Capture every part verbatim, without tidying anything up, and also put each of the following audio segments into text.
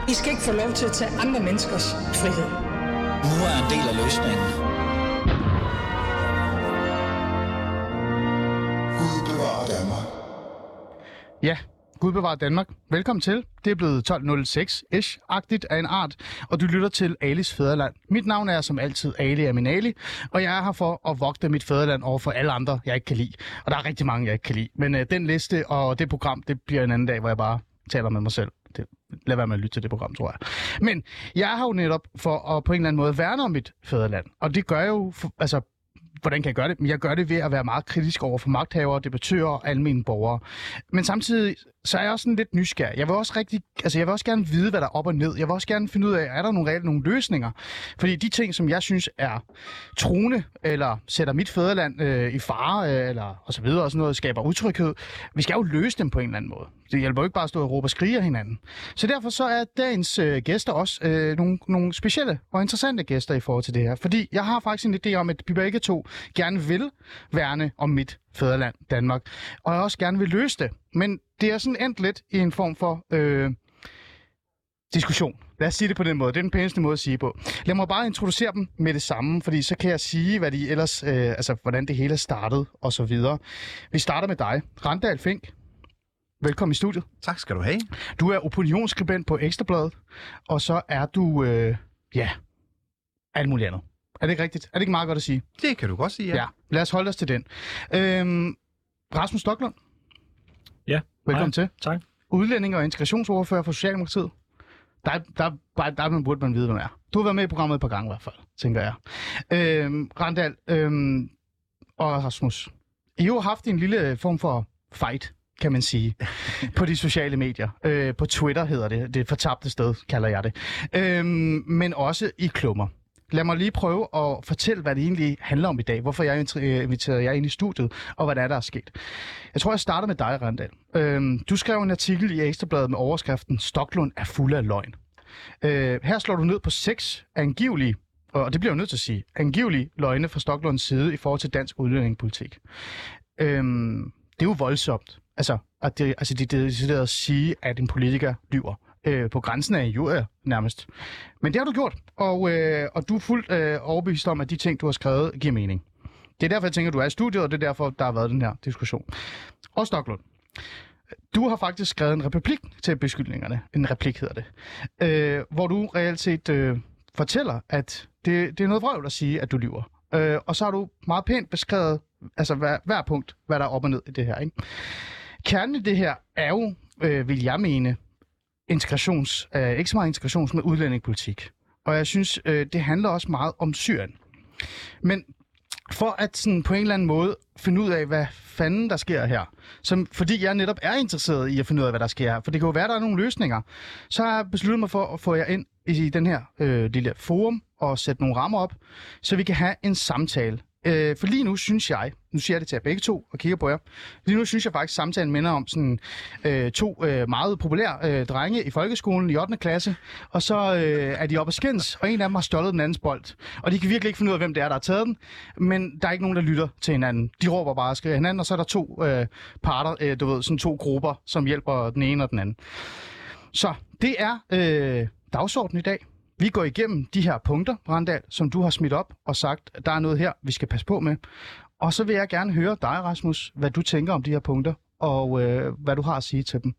I skal ikke få lov til at tage andre menneskers frihed. Nu er en del af løsningen. Gud bevarer Danmark. Ja, Gud bevarer Danmark. Velkommen til. Det er blevet tolv nul seks-ish-agtigt af en art, og du lytter til Alis Fædreland. Mit navn er som altid Ali Aminali, og jeg er her for at vogte mit fædreland over for alle andre, jeg ikke kan lide. Og der er rigtig mange, jeg ikke kan lide. Men øh, den liste og det program, det bliver en anden dag, hvor jeg bare taler med mig selv. Det, lad være med at lytte til det program, tror jeg. Men jeg har jo netop for at på en eller anden måde værne om mit fædreland. Og det gør jeg jo, for, altså, hvordan kan jeg gøre det? Men jeg gør det ved at være meget kritisk over for magthavere, debattører og almene borgere. Men samtidig så er jeg også sådan lidt nysgerrig. Jeg vil også rigtig, altså jeg vil også gerne vide, hvad der er op og ned. Jeg vil også gerne finde ud af, er der nogle reelle nogle løsninger? Fordi de ting, som jeg synes er truende, eller sætter mit fædreland øh, i fare, øh, eller og så videre, og sådan noget, skaber utryghed, vi skal jo løse dem på en eller anden måde. Det hjælper jo ikke bare at stå og råbe og skrige af hinanden. Så derfor så er dagens øh, gæster også øh, nogle, nogle specielle og interessante gæster i forhold til det her. Fordi jeg har faktisk en idé om, at vi begge to gerne vil værne om mit fædreland, Danmark, og jeg også gerne vil løse det. Men det er sådan endt lidt i en form for øh, diskussion. Lad os sige det på den måde. Det er den pæneste måde at sige på. Lad mig bare introducere dem med det samme, fordi så kan jeg sige, hvad de ellers, øh, altså hvordan det hele er startet og så videre. Vi starter med dig, Randal Fink. Velkommen i studiet. Tak skal du have. Du er opinionsskribent på Ekstrabladet, og så er du, øh, ja, alt muligt andet. Er det ikke rigtigt? Er det ikke meget godt at sige? Det kan du godt sige, ja. Ja, lad os holde os til den. Øhm, Rasmus Stoklund. Ja. Velkommen Hej. til. Tak. Udlænding og integrationsordfører for Socialdemokratiet. Der, der, der, der burde man vide, hvem er. Du har været med i programmet et par gange i hvert fald, tænker jeg. Øhm, Randal øhm, og Rasmus. I har jo haft en lille form for fight, kan man sige, på de sociale medier. Øh, på Twitter hedder det. Det fortabte sted, kalder jeg det. Øhm, men også i klummer. Lad mig lige prøve at fortælle, hvad det egentlig handler om i dag. Hvorfor jeg inviterede jer ind i studiet, og hvad der er, der er sket. Jeg tror, jeg starter med dig, Randal. Øhm, du skrev en artikel i Ekstrabladet med overskriften "Stoklund er fuld af løgn". Øh, her slår du ned på seks angivelige, og det bliver jeg nødt til at sige, angivelige løgne fra Stoklunds side i forhold til dansk udlændingepolitik. Øhm, det er jo voldsomt. Altså, at det, altså det, det er at sige, at en politiker lyver. Øh, på grænsen af injurier nærmest. Men det har du gjort, og, øh, og du er fuldt øh, overbevist om, at de ting, du har skrevet, giver mening. Det er derfor, jeg tænker, at du er i studiet, og det er derfor, der har været den her diskussion. Og Stoklund, du har faktisk skrevet en replik til beskyldningerne. En replik hedder det. Øh, hvor du reelt set øh, fortæller, at det, det er noget vrøvl at sige, at du lyver. Øh, og så har du meget pænt beskrevet, altså hver, hver punkt, hvad der er op og ned i det her. Ikke? Kernen i det her er jo, øh, vil jeg mene, integrations, øh, ikke så meget integrations, men udlændingepolitik. Og jeg synes, øh, det handler også meget om Syrien. Men for at sådan, på en eller anden måde finde ud af, hvad fanden der sker her, som, fordi jeg netop er interesseret i at finde ud af, hvad der sker her, for det kan jo være, der er nogle løsninger, så har jeg besluttet mig for at få jer ind i den her øh, lille forum og sætte nogle rammer op, så vi kan have en samtale. Øh, for lige nu synes jeg, nu siger jeg det til jer begge to og kigger på jer, lige nu synes jeg faktisk, at samtalen minder om sådan øh, to øh, meget populære øh, drenge i folkeskolen i ottende klasse, og så øh, er de oppe at skændes, og en af dem har stjålet den andens bold. Og de kan virkelig ikke finde ud af, hvem det er, der har taget den, men der er ikke nogen, der lytter til hinanden. De råber bare og skriger hinanden, og så er der to øh, parter, øh, du ved, sådan to grupper, som hjælper den ene og den anden. Så det er øh, dagsordenen i dag. Vi går igennem de her punkter, Randal, som du har smidt op og sagt, at der er noget her, vi skal passe på med. Og så vil jeg gerne høre dig, Rasmus, hvad du tænker om de her punkter, og øh, hvad du har at sige til dem.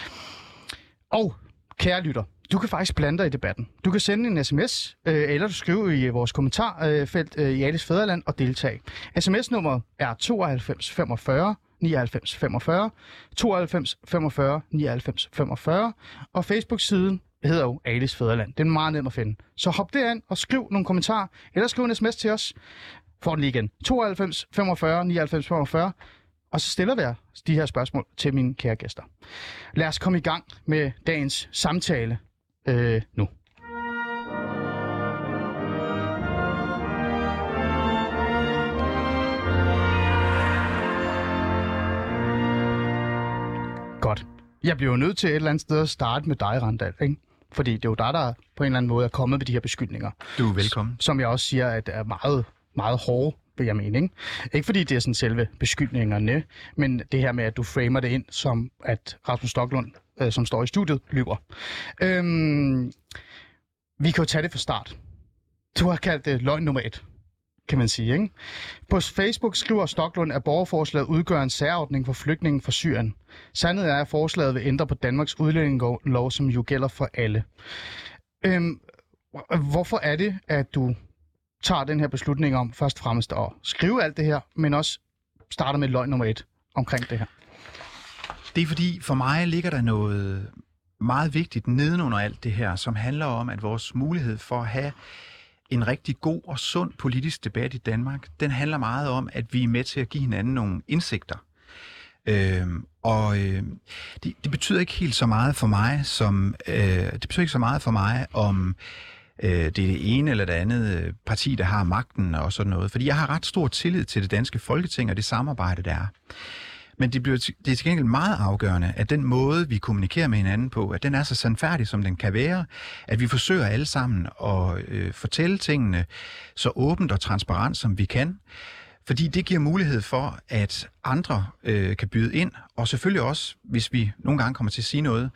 Og kære lytter, du kan faktisk blande dig i debatten. Du kan sende en sms, øh, eller du skriver i vores kommentarfelt øh, i Alis Fædreland og deltage. sms-nummeret er tooghalvfems femogfyrre nioghalvfems femogfyrre, tooghalvfems femogfyrre nioghalvfems femogfyrre, og Facebook-siden hedder jo Alis Fædreland. Det er meget nemt at finde. Så hop derind og skriv nogle kommentarer, eller skriv en sms til os. Får den lige igen. tooghalvfems femogfyrre nioghalvfems femogfyrre. Og så stiller vi de her spørgsmål til mine kære gæster. Lad os komme i gang med dagens samtale øh, nu. Godt. Jeg bliver jo nødt til et eller andet sted at starte med dig, Randal, ikke? Fordi det er jo dig, der på en eller anden måde er kommet med de her beskyldninger. Du er velkommen. Som jeg også siger, at er meget, meget hårde, vil jeg mene. Ikke, ikke fordi det er sådan selve beskyldningerne, men det her med, at du framer det ind som, at Rasmus Stoklund øh, som står i studiet, lyver. Øhm, vi kan jo tage det fra start. Du har kaldt det løgn nummer et, kan man sige, ikke? På Facebook skriver Stoklund, at borgerforslaget udgør en særordning for flygtninge fra Syrien. Sandheden er, at forslaget vil ændre på Danmarks udlændingelov, som jo gælder for alle. Øhm, hvorfor er det, at du tager den her beslutning om først og fremmest at skrive alt det her, men også starter med løgn nummer et omkring det her? Det er fordi, for mig ligger der noget meget vigtigt nedenunder alt det her, som handler om, at vores mulighed for at have en rigtig god og sund politisk debat i Danmark, den handler meget om, at vi er med til at give hinanden nogle indsigter. Øhm, og øh, det, det betyder ikke helt så meget for mig, som øh, det betyder ikke så meget for mig, om øh, det er det ene eller det andet parti, der har magten og sådan noget. Fordi jeg har ret stor tillid til det danske Folketing og det samarbejde, der er. Men det, bliver, det er til gengæld meget afgørende, at den måde, vi kommunikerer med hinanden på, at den er så sandfærdig, som den kan være, at vi forsøger alle sammen at øh, fortælle tingene så åbent og transparent, som vi kan. Fordi det giver mulighed for, at andre øh, kan byde ind, og selvfølgelig også, hvis vi nogle gange kommer til at sige noget,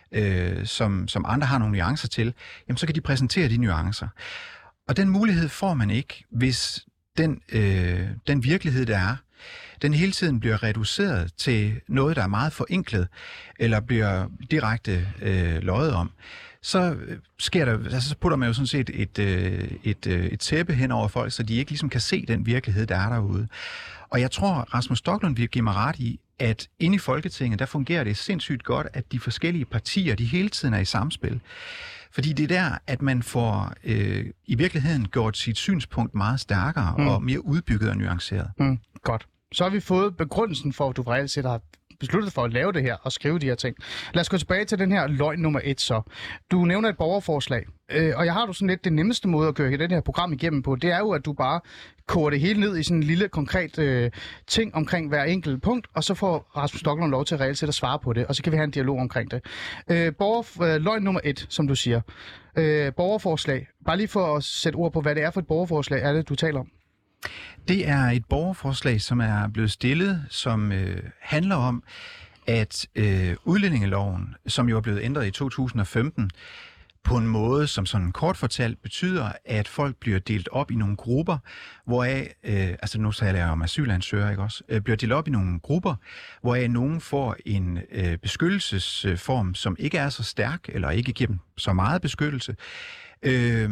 øh, som, som andre har nogle nuancer til, jamen så kan de præsentere de nuancer. Og den mulighed får man ikke, hvis den, øh, den virkelighed, der er, den hele tiden bliver reduceret til noget, der er meget forenklet, eller bliver direkte øh, løjet om, så sker der, altså, så putter man jo sådan set et, øh, et, øh, et tæppe hen over folk, så de ikke ligesom kan se den virkelighed, der er derude. Og jeg tror, Rasmus Stoklund vil give mig ret i, at inde i Folketinget, der fungerer det sindssygt godt, at de forskellige partier, de hele tiden er i samspil. Fordi det er der, at man får øh, i virkeligheden gjort sit synspunkt meget stærkere mm. og mere udbygget og nuanceret. Mm, godt. Så har vi fået begrundelsen for, at du reelt set har besluttet for at lave det her og skrive de her ting. Lad os gå tilbage til den her løgn nummer et så. Du nævner et borgerforslag, øh, og jeg har du sådan lidt det nemmeste måde at køre det her program igennem på, det er jo, at du bare koger det hele ned i sådan en lille konkret øh, ting omkring hver enkelt punkt, og så får Rasmus Stoklund lov til reelt set at svare på det, og så kan vi have en dialog omkring det. Øh, borger, øh, løgn nummer et, som du siger. Øh, borgerforslag. Bare lige for at sætte ord på, hvad det er for et borgerforslag, er det, du taler om? Det er et borgerforslag, som er blevet stillet, som øh, handler om, at øh, udlændingeloven, som jo er blevet ændret i to tusind og femten, på en måde, som sådan kort fortalt betyder, at folk bliver delt op i nogle grupper, hvoraf, øh, altså nu taler jeg om asylansøgere, ikke også, øh, bliver delt op i nogle grupper, hvoraf nogen får en øh, beskyttelsesform, som ikke er så stærk, eller ikke giver dem så meget beskyttelse. Øh,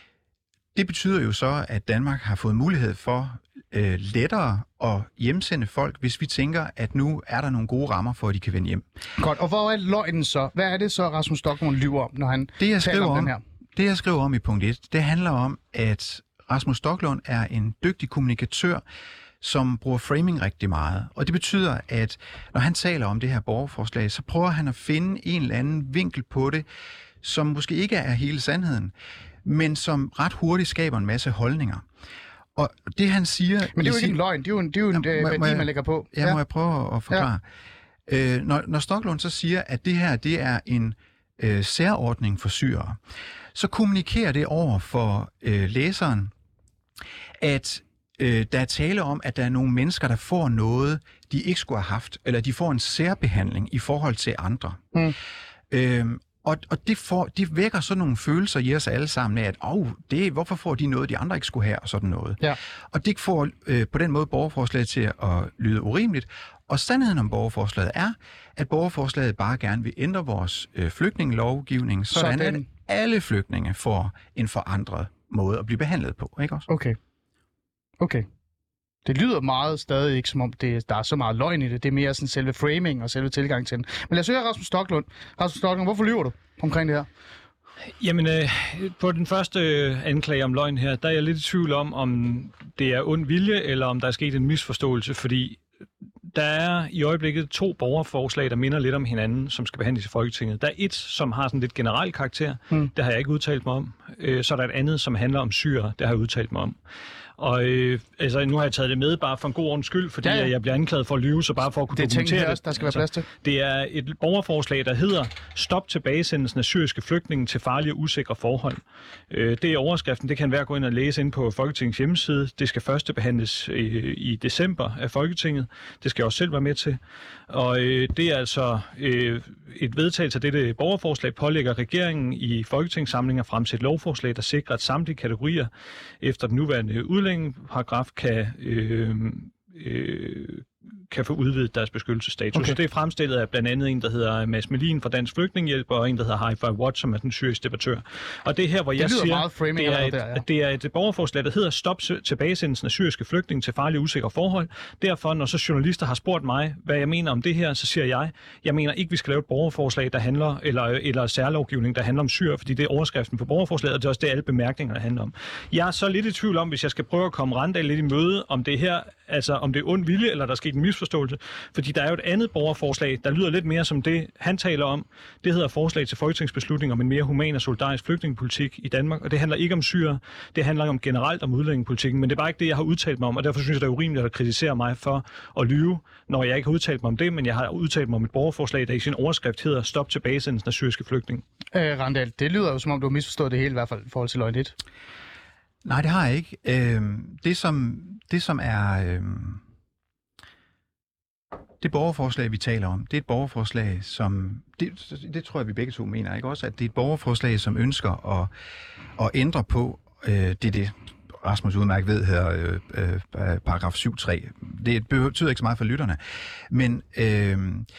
Det betyder jo så, at Danmark har fået mulighed for øh, lettere at hjemsende folk, hvis vi tænker, at nu er der nogle gode rammer for, at de kan vende hjem. Godt, og hvor er løgnen så? Hvad er det så, Rasmus Stoklund lyver om, når han det, jeg taler om, om den her? Det, jeg skriver om i punkt et, det handler om, at Rasmus Stoklund er en dygtig kommunikatør, som bruger framing rigtig meget. Og det betyder, at når han taler om det her borgerforslag, så prøver han at finde en eller anden vinkel på det, som måske ikke er hele sandheden, men som ret hurtigt skaber en masse holdninger. Og det han siger... Men det er jo ikke en løgn, det er jo en, det er jo en ja, værdi, jeg, man lægger på. Ja, ja, må jeg prøve at forklare. Ja. Øh, når, når Stoklund så siger, at det her det er en øh, særordning for syrere, så kommunikerer det over for øh, læseren, at øh, der er tale om, at der er nogle mennesker, der får noget, de ikke skulle have haft, eller de får en særbehandling i forhold til andre. Mm. Øh, Og, og det, får, det vækker sådan nogle følelser i os alle sammen af, at oh, det, hvorfor får de noget, de andre ikke skulle have, og sådan noget. Ja. Og det får øh, på den måde borgerforslaget til at lyde urimeligt. Og sandheden om borgerforslaget er, at borgerforslaget bare gerne vil ændre vores øh, flygtningelovgivning, sådan, sådan at alle flygtninge får en forandret måde at blive behandlet på. Ikke også? Okay. Okay. Det lyder meget stadig ikke, som om det, der er så meget løgn i det. Det er mere sådan selve framing og selve tilgang til den. Men lad os høre Rasmus Stoklund. Rasmus Stoklund, hvorfor lyver du omkring det her? Jamen, øh, på den første anklage om løgn her, der er jeg lidt i tvivl om, om det er ond vilje, eller om der er sket en misforståelse, fordi der er i øjeblikket to borgerforslag, der minder lidt om hinanden, som skal behandles i Folketinget. Der er et, som har sådan lidt generel karakter. Hmm. Det har jeg ikke udtalt mig om. øh, så er der et andet, som handler om syre, det har jeg udtalt mig om. Og øh, altså, nu har jeg taget det med bare for en god ordens skyld, fordi ja, ja. jeg bliver anklaget for at lyve, så bare for at kunne det dokumentere det. Også, der skal være plads til. Altså, det er et borgerforslag, der hedder Stop tilbagesendelsen af syriske flygtninge til farlige og usikre forhold. Øh, det er overskriften, det kan hver gå ind og læse ind på Folketingets hjemmeside. Det skal første behandles øh, i december af Folketinget. Det skal jeg også selv være med til. Og øh, det er altså øh, et vedtagelse af dette borgerforslag pålægger regeringen i Folketingssamlinger frem til et lovforslag, der sikrer, at samtlige kategorier efter den nuværende udlændingeparagraf kan øh, øh, kan få udvidet deres beskyttelsesstatus. Okay. Det er fremstillet af blandt andet en, der hedder Mads Melin fra Dansk Flygtningehjælp, og en, der hedder Hi-Fi Watch, som er den syriske debattør. Og det er her, hvor jeg siger, det er, et, der, ja. det er et borgerforslag, der hedder Stop tilbagesendelsen af syriske flygtninge til farlige usikre forhold. Derfor, når så journalister har spurgt mig, hvad jeg mener om det her, så siger jeg, jeg mener ikke, vi skal lave et borgerforslag, der handler, eller, eller særlovgivning, der handler om syre, fordi det er overskriften på borgerforslaget, og det er også det, alle bemærkninger, der handler om. Jeg er så lidt i tvivl om, hvis jeg skal prøve at komme Randal lidt i møde, om det her, altså om det er ond vilje, eller der er sket en misforståelse. Fordi der er jo et andet borgerforslag, der lyder lidt mere som det, han taler om. Det hedder forslag til folketingsbeslutning om en mere human og solidarisk flygtningepolitik i Danmark. Og det handler ikke om syre, det handler om generelt om udlændingepolitikken. Men det er bare ikke det, jeg har udtalt mig om, og derfor synes jeg, det er urimeligt at kritisere mig for at lyve, når jeg ikke har udtalt mig om det, men jeg har udtalt mig om et borgerforslag, der i sin overskrift hedder Stop tilbagesendelsen af syriske flygtninge. Øh, Randal, det lyder jo som om, du har misforstået det hele, i hvert fald i forhold til løgn et. Nej, det har jeg ikke. Øh, det, som, det, som er... Øh... Det borgerforslag, vi taler om, det er et borgerforslag, som... Det, det tror jeg, vi begge to mener, ikke også? At det er et borgerforslag, som ønsker at, at ændre på øh, det, det Rasmus udmærket ved hedder øh, øh, paragraf syv tre. Det betyder ikke så meget for lytterne. Men øh,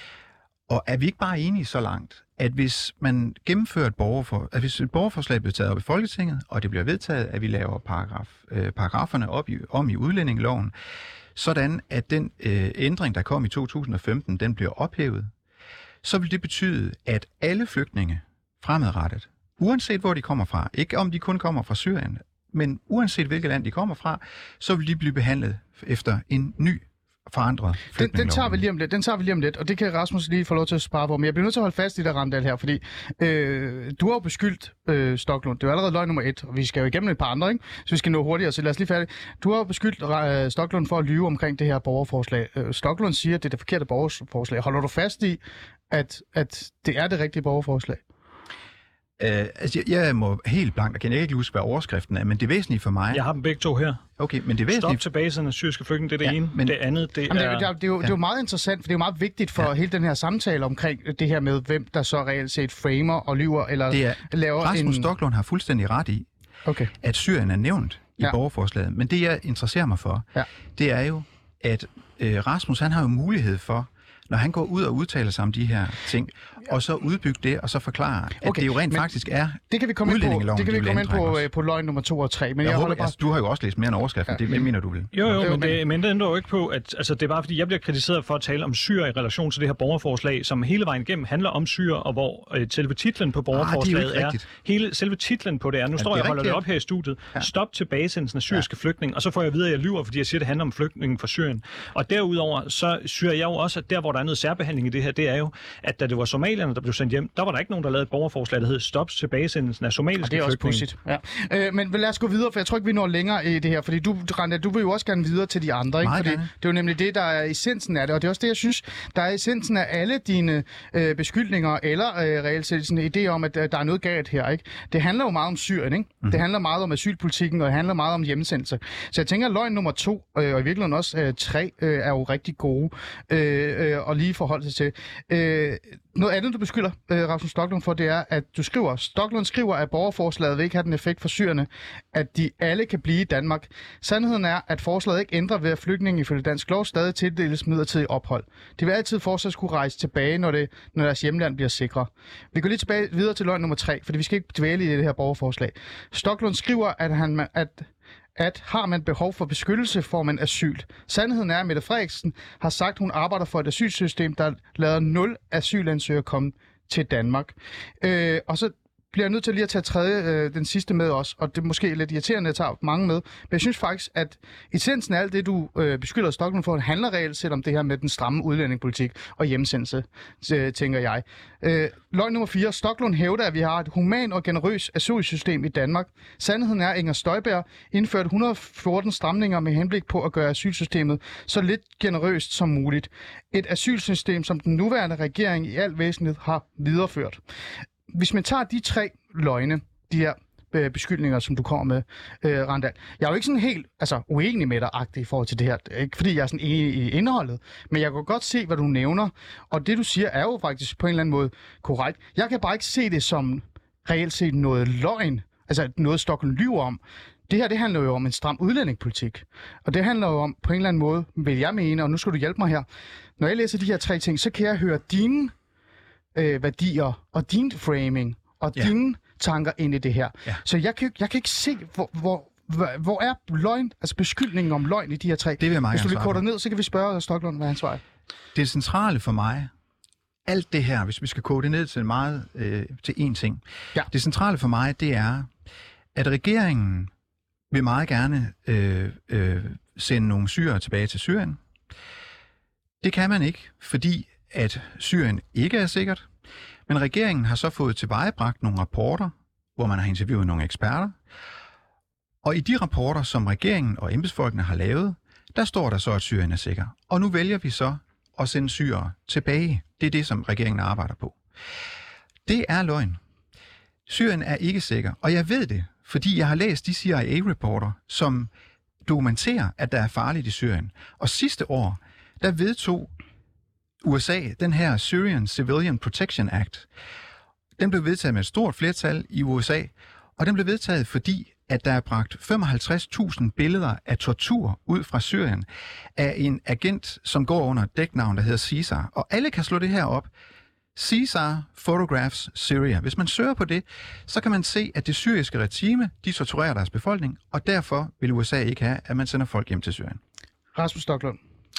og er vi ikke bare enige så langt, at hvis man gennemfører et borgerfor, at hvis et borgerforslag bliver taget op i Folketinget, og det bliver vedtaget, at vi laver paragraf, øh, paragraferne op i, om i udlændingeloven, sådan at den øh, ændring, der kom i to tusind og femten, den bliver ophævet, så vil det betyde, at alle flygtninge fremadrettet, uanset hvor de kommer fra, ikke om de kun kommer fra Syrien, men uanset hvilket land de kommer fra, så vil de blive behandlet efter en ny forandret den, den tager vi lige om lidt, den tager vi lige om lidt, og det kan Rasmus lige få lov til at spare på, men jeg bliver nødt til at holde fast i det, Randal, her, fordi øh, du har jo beskyldt øh, Stoklund, det er jo allerede løgn nummer et, og vi skal jo igennem et par andre, ikke? Så vi skal nå hurtigere, så lad os lige færdig. Du har jo beskyldt øh, Stoklund for at lyve omkring det her borgerforslag. Øh, Stoklund siger, at det er det forkerte borgerforslag. Holder du fast i, at, at det er det rigtige borgerforslag? Uh, altså, jeg, jeg må helt blankt erkende, jeg kan ikke huske, hvad overskriften er, men det væsentlige for mig... Jeg har dem begge to her. Okay, men det væsentlige... Stop tilbagesendelsen af syriske flygtninge, det er det ja, ene. Men... Det andet, det Jamen, er... Det, det, er, det, er jo, ja. det er jo meget interessant, for det er jo meget vigtigt for ja. hele den her samtale omkring det her med, hvem der så reelt set framer og lyver, eller det er, laver Rasmus en... Stoklund har fuldstændig ret i, okay. at Syrien er nævnt i ja. borgerforslaget. Men det, jeg interesserer mig for, ja. det er jo, at øh, Rasmus, han har jo mulighed for, når han går ud og udtaler sig om de her ting, ja. og så udbygge det, og så forklare, at okay, det jo rent faktisk er det kan vi komme ind på, det kan vi komme ind på, øh, på løgn nummer to og tre. Men jeg, jeg holder bare... altså, du har jo også læst mere end overskriften, ja. det, det mener du vel? Jo, jo, men det, men det ændrer jo ikke på, at altså, det er bare fordi, jeg bliver kritiseret for at tale om syre i relation til det her borgerforslag, som hele vejen igennem handler om syre, og hvor øh, selve titlen på borgerforslaget ah, er, er hele selve titlen på det er, nu står jeg og holder det op her i studiet, ja. Stop tilbagesendelsen af syriske ja. flygtninge, og så får jeg videre, at jeg lyver, fordi jeg siger, at det handler om flygtningen fra Syrien. Og derudover, så syrer jeg jo også, at der, hvor der er noget særbehandling i det her, det er jo, at da det var somalierne, der blev sendt hjem, der var der ikke nogen, der lavede et borgerforslag, der hed Stop tilbagesendelsen af somaliske flygtninge. Det er også pudsigt. Ja. Øh, men lad os gå videre, for jeg tror ikke, vi når længere i det her, fordi du, Randa, du vil jo også gerne videre til de andre, ikke? Fordi det er jo nemlig det, der er essensen af det, og det er også det, jeg synes, der er essensen af alle dine øh, beskyldninger, eller øh, reelt set sådan en idé om, at øh, der er noget galt her, ikke? Det handler jo meget om Syrien, ikke? Mm. Det handler meget om asylpolitikken, og det handler meget om hjemsendelse. Så jeg tænker, at løgn nummer to, øh, og i virkeligheden også øh, tre, øh, er jo rigtig gode, øh, øh, og lige forholde sig til. Øh, noget andet, du beskylder øh, Rasmus Stoklund for, det er, at du skriver, Stoklund skriver, at borgerforslaget vil ikke have den effekt for syrerne, at de alle kan blive i Danmark. Sandheden er, at forslaget ikke ændrer ved, at flygtninge ifølge dansk lov stadig tildeles midlertidig ophold. De vil altid fortsat skulle rejse tilbage, når, det, når deres hjemland bliver sikre. Vi går lige tilbage videre til løgn nummer tre, fordi vi skal ikke dvæle i det her borgerforslag. Stoklund skriver, at han... At at har man behov for beskyttelse, får man asyl. Sandheden er, at Mette Frederiksen har sagt, at hun arbejder for et asylsystem, der lader nul asylansøgere komme til Danmark. Øh, og så bliver jeg nødt til lige at tage tredje, øh, den sidste med os, og det er måske lidt irriterende, at jeg tager mange med, men jeg synes faktisk, at essensen af alt det, du øh, beskylder Stoklund for, handler reelt set om det her med den stramme udlændingepolitik og hjemsendelse, øh, tænker jeg. Øh, løgn nummer fire. Stoklund hævder, at vi har et human og generøst asylsystem i Danmark. Sandheden er, at Inger Støjberg indførte et hundrede og fjorten stramninger med henblik på at gøre asylsystemet så lidt generøst som muligt. Et asylsystem, som den nuværende regering i al væsentlighed har videreført. Hvis man tager de tre løgne, de her øh, beskyldninger, som du kommer med, øh, Randal. Jeg er jo ikke sådan helt altså, uenig med dig-agtig i forhold til det her. Det er ikke fordi, jeg er sådan enig i indholdet, men jeg kan godt se, hvad du nævner. Og det, du siger, er jo faktisk på en eller anden måde korrekt. Jeg kan bare ikke se det som reelt set noget løgn, altså noget Stoklund lyver om. Det her, det handler jo om en stram udlændingepolitik. Og det handler jo om, på en eller anden måde, vil jeg mene, og nu skal du hjælpe mig her. Når jeg læser de her tre ting, så kan jeg høre dine øh, værdier og din framing og ja. dine tanker ind i det her. Ja. Så jeg kan, jeg kan ikke se, hvor, hvor, hvor, hvor er løgn, altså beskyldningen om løgn i de her tre. Det vil jeg meget Hvis du lige korter ned, så kan vi spørge Stoklund, hvad han svarer. Det centrale for mig, alt det her, hvis vi skal kode det ned til meget øh, til én ting. Ja. Det centrale for mig, det er, at regeringen vil meget gerne øh, øh, sende nogle syrere tilbage til Syrien. Det kan man ikke, fordi at Syrien ikke er sikkert. Men regeringen har så fået tilvejebragt nogle rapporter, hvor man har interviewet nogle eksperter. Og i de rapporter, som regeringen og embedsfolkene har lavet, der står der så, at Syrien er sikker. Og nu vælger vi så at sende syrere tilbage. Det er det, som regeringen arbejder på. Det er løgn. Syrien er ikke sikker, og jeg ved det, fordi jeg har læst de C I A-rapporter, som dokumenterer, at der er farligt i Syrien. Og sidste år, der vedtog U S A den her Syrian Civilian Protection Act. Den blev vedtaget med et stort flertal i U S A, og den blev vedtaget, fordi at der er bragt femoghalvtreds tusind billeder af tortur ud fra Syrien af en agent, som går under et dæknavn, der hedder Caesar. Og alle kan slå det her op. Caesar Photographs Syria. Hvis man søger på det, så kan man se, at det syriske regime, de torturerer deres befolkning, og derfor vil U S A ikke have, at man sender folk hjem til Syrien. Rasmus Stoklund.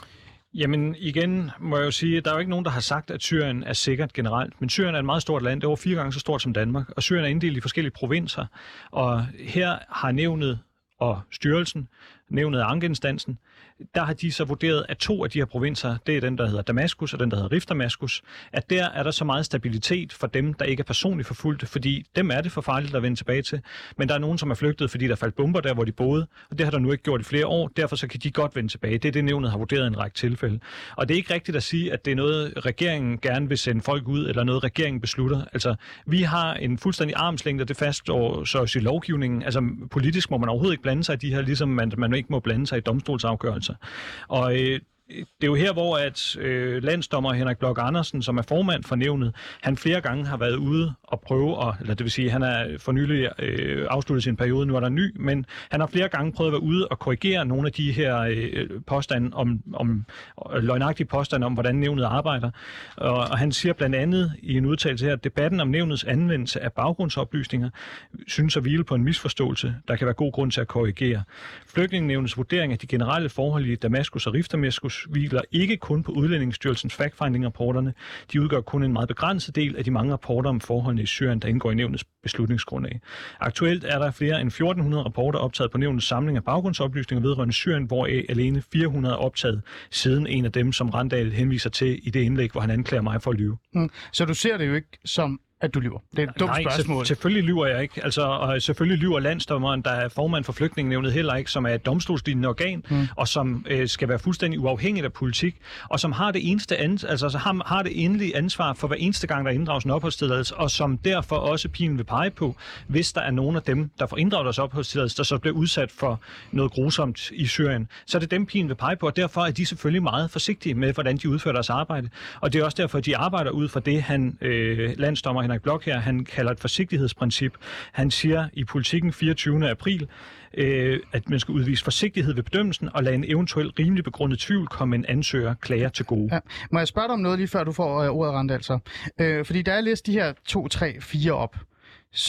Jamen igen må jeg jo sige, at der er jo ikke nogen, der har sagt, at Syrien er sikkert generelt. Men Syrien er et meget stort land. Det er over fire gange så stort som Danmark. Og Syrien er inddelt i forskellige provinser. Og her har nævnet og styrelsen, nævnet af ankeinstansen, der har de så vurderet, at to af de her provinser, det er den, der hedder Damaskus og den, der hedder Rif Damaskus, at der er der så meget stabilitet for dem, der ikke er personligt forfulgte, fordi dem er det for farligt at vende tilbage til. Men der er nogen, som er flygtet, fordi der faldt bomber der, hvor de boede, og det har der nu ikke gjort i flere år, derfor så kan de godt vende tilbage. Det er det, nævnet har vurderet i en række tilfælde. Og det er ikke rigtigt at sige, at det er noget, regeringen gerne vil sende folk ud, eller noget, regeringen beslutter. Altså, vi har en fuldstændig armslængde, det faststår så i lovgivningen. Altså, politisk må man overhovedet ikke blande sig i de her, ligesom man, man ikke må blande sig i domstolsafgørelser. Og øh, det er jo her, hvor at øh, landsdommer Henrik Bloch Andersen, som er formand for nævnet, han flere gange har været ude og prøve, at, eller det vil sige, han er for nylig øh, afsluttet sin periode, nu er der ny, men han har flere gange prøvet at være ude og korrigere nogle af de her øh, påstande om, om løgnagtige påstande om, hvordan nævnet arbejder. Og, og han siger blandt andet i en udtalelse her, at debatten om nævnets anvendelse af baggrundsoplysninger synes at hvile på en misforståelse, der kan være god grund til at korrigere. Flygtningenævnets vurdering af de generelle forhold i Damaskus og Rif Damaskus hviler ikke kun på Udlændingsstyrelsens fact-finding-rapporterne. De udgør kun en meget begrænset del af de mange rapporter om forholdene i Syrien, der indgår i nævnets beslutningsgrundlag. Aktuelt er der flere end fjorten hundrede rapporter optaget på nævnets samling af baggrundsoplysninger vedrørende Syrien, hvoraf alene fire hundrede er optaget siden en af dem, som Randal henviser til i det indlæg, hvor han anklager mig for at lyve. Mm. Så du ser det jo ikke som at du lyver. Det er et dumt Nej, spørgsmål. selvfølgelig lyver jeg ikke. Altså, og selvfølgelig lyver landsdommeren, der er formand for Flygtningenævnet heller ikke, som er et domstolslignende organ, mm. og som øh, skal være fuldstændig uafhængigt af politik, og som har det eneste ans- altså, altså, har, har det endelige ansvar for hver eneste gang, der inddrages en opholdstilladelse, og som derfor også pilen vil pege på, hvis der er nogen af dem, der får inddraget deres opholdstilladelse, der så bliver udsat for noget grusomt i Syrien. Så er det dem, pilen vil pege på, og derfor er de selvfølgelig meget forsigtige med, hvordan de udfører deres arbejde. Og det er også derfor, at de arbejder ud fra det, han øh, landsdommer Henrik Bloch her, han kalder et forsigtighedsprincip. Han siger i Politikken fireogtyvende april, øh, at man skal udvise forsigtighed ved bedømmelsen og lade en eventuel rimelig begrundet tvivl komme en ansøger klager til gode. Ja. Må jeg spørge dig om noget lige før du får øh, ordet, Randal, så? Øh, fordi da jeg læste de her to, tre, fire op, så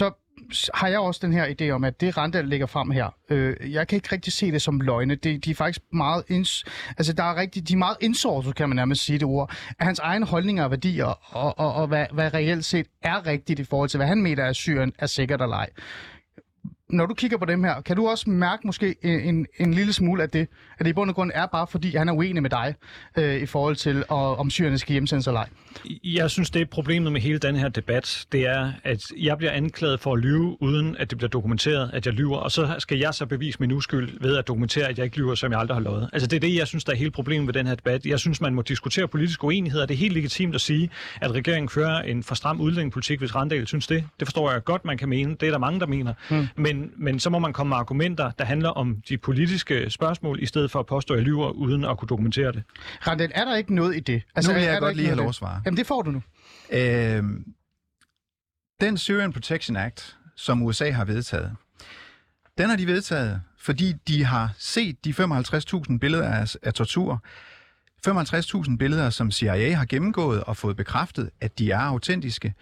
har jeg også den her idé om, at det Randall lægger frem her, øh, jeg kan ikke rigtig se det som løgne. Det, de er faktisk meget, ins, altså der er rigtig, de er meget indsortet, kan man nærmest sige det ord, af hans egne holdninger og værdier, og, og, og hvad, hvad reelt set er rigtigt i forhold til, hvad han mener, at Syrien er sikkert eller ej. Når du kigger på dem her, kan du også mærke måske en, en, en lille smule af det, at det i bund og grund er bare fordi, han er uenig med dig øh, i forhold til, og, om Syrien skal hjemsendes eller ej? Jeg synes, det er problemet med hele den her debat, det er, at jeg bliver anklaget for at lyve, uden at det bliver dokumenteret, at jeg lyver, og så skal jeg så bevise min uskyld ved at dokumentere, at jeg ikke lyver, som jeg aldrig har lovet. Altså det er det, jeg synes, der er hele problemet ved den her debat. Jeg synes, man må diskutere politiske uenigheder. Det er helt legitimt at sige, at regeringen fører en for stram udlændingepolitik, hvis Randall synes det. Det forstår jeg godt, man kan mene. Det er der mange, der mener. Hmm. Men, men så må man komme med argumenter, der handler om de politiske spørgsmål, i stedet for at påstå, at jeg lyver, uden at kunne dokumentere det. Randall, er der ikke noget i det? Altså, nu vil jeg godt lige have lov at svare. Jamen, det får du nu. Øh, den Syrian Protection Act, som U S A har vedtaget, den har de vedtaget, fordi de har set de femoghalvtreds tusind billeder af, af tortur. femoghalvtreds tusind billeder, som C I A har gennemgået og fået bekræftet, at de er autentiske.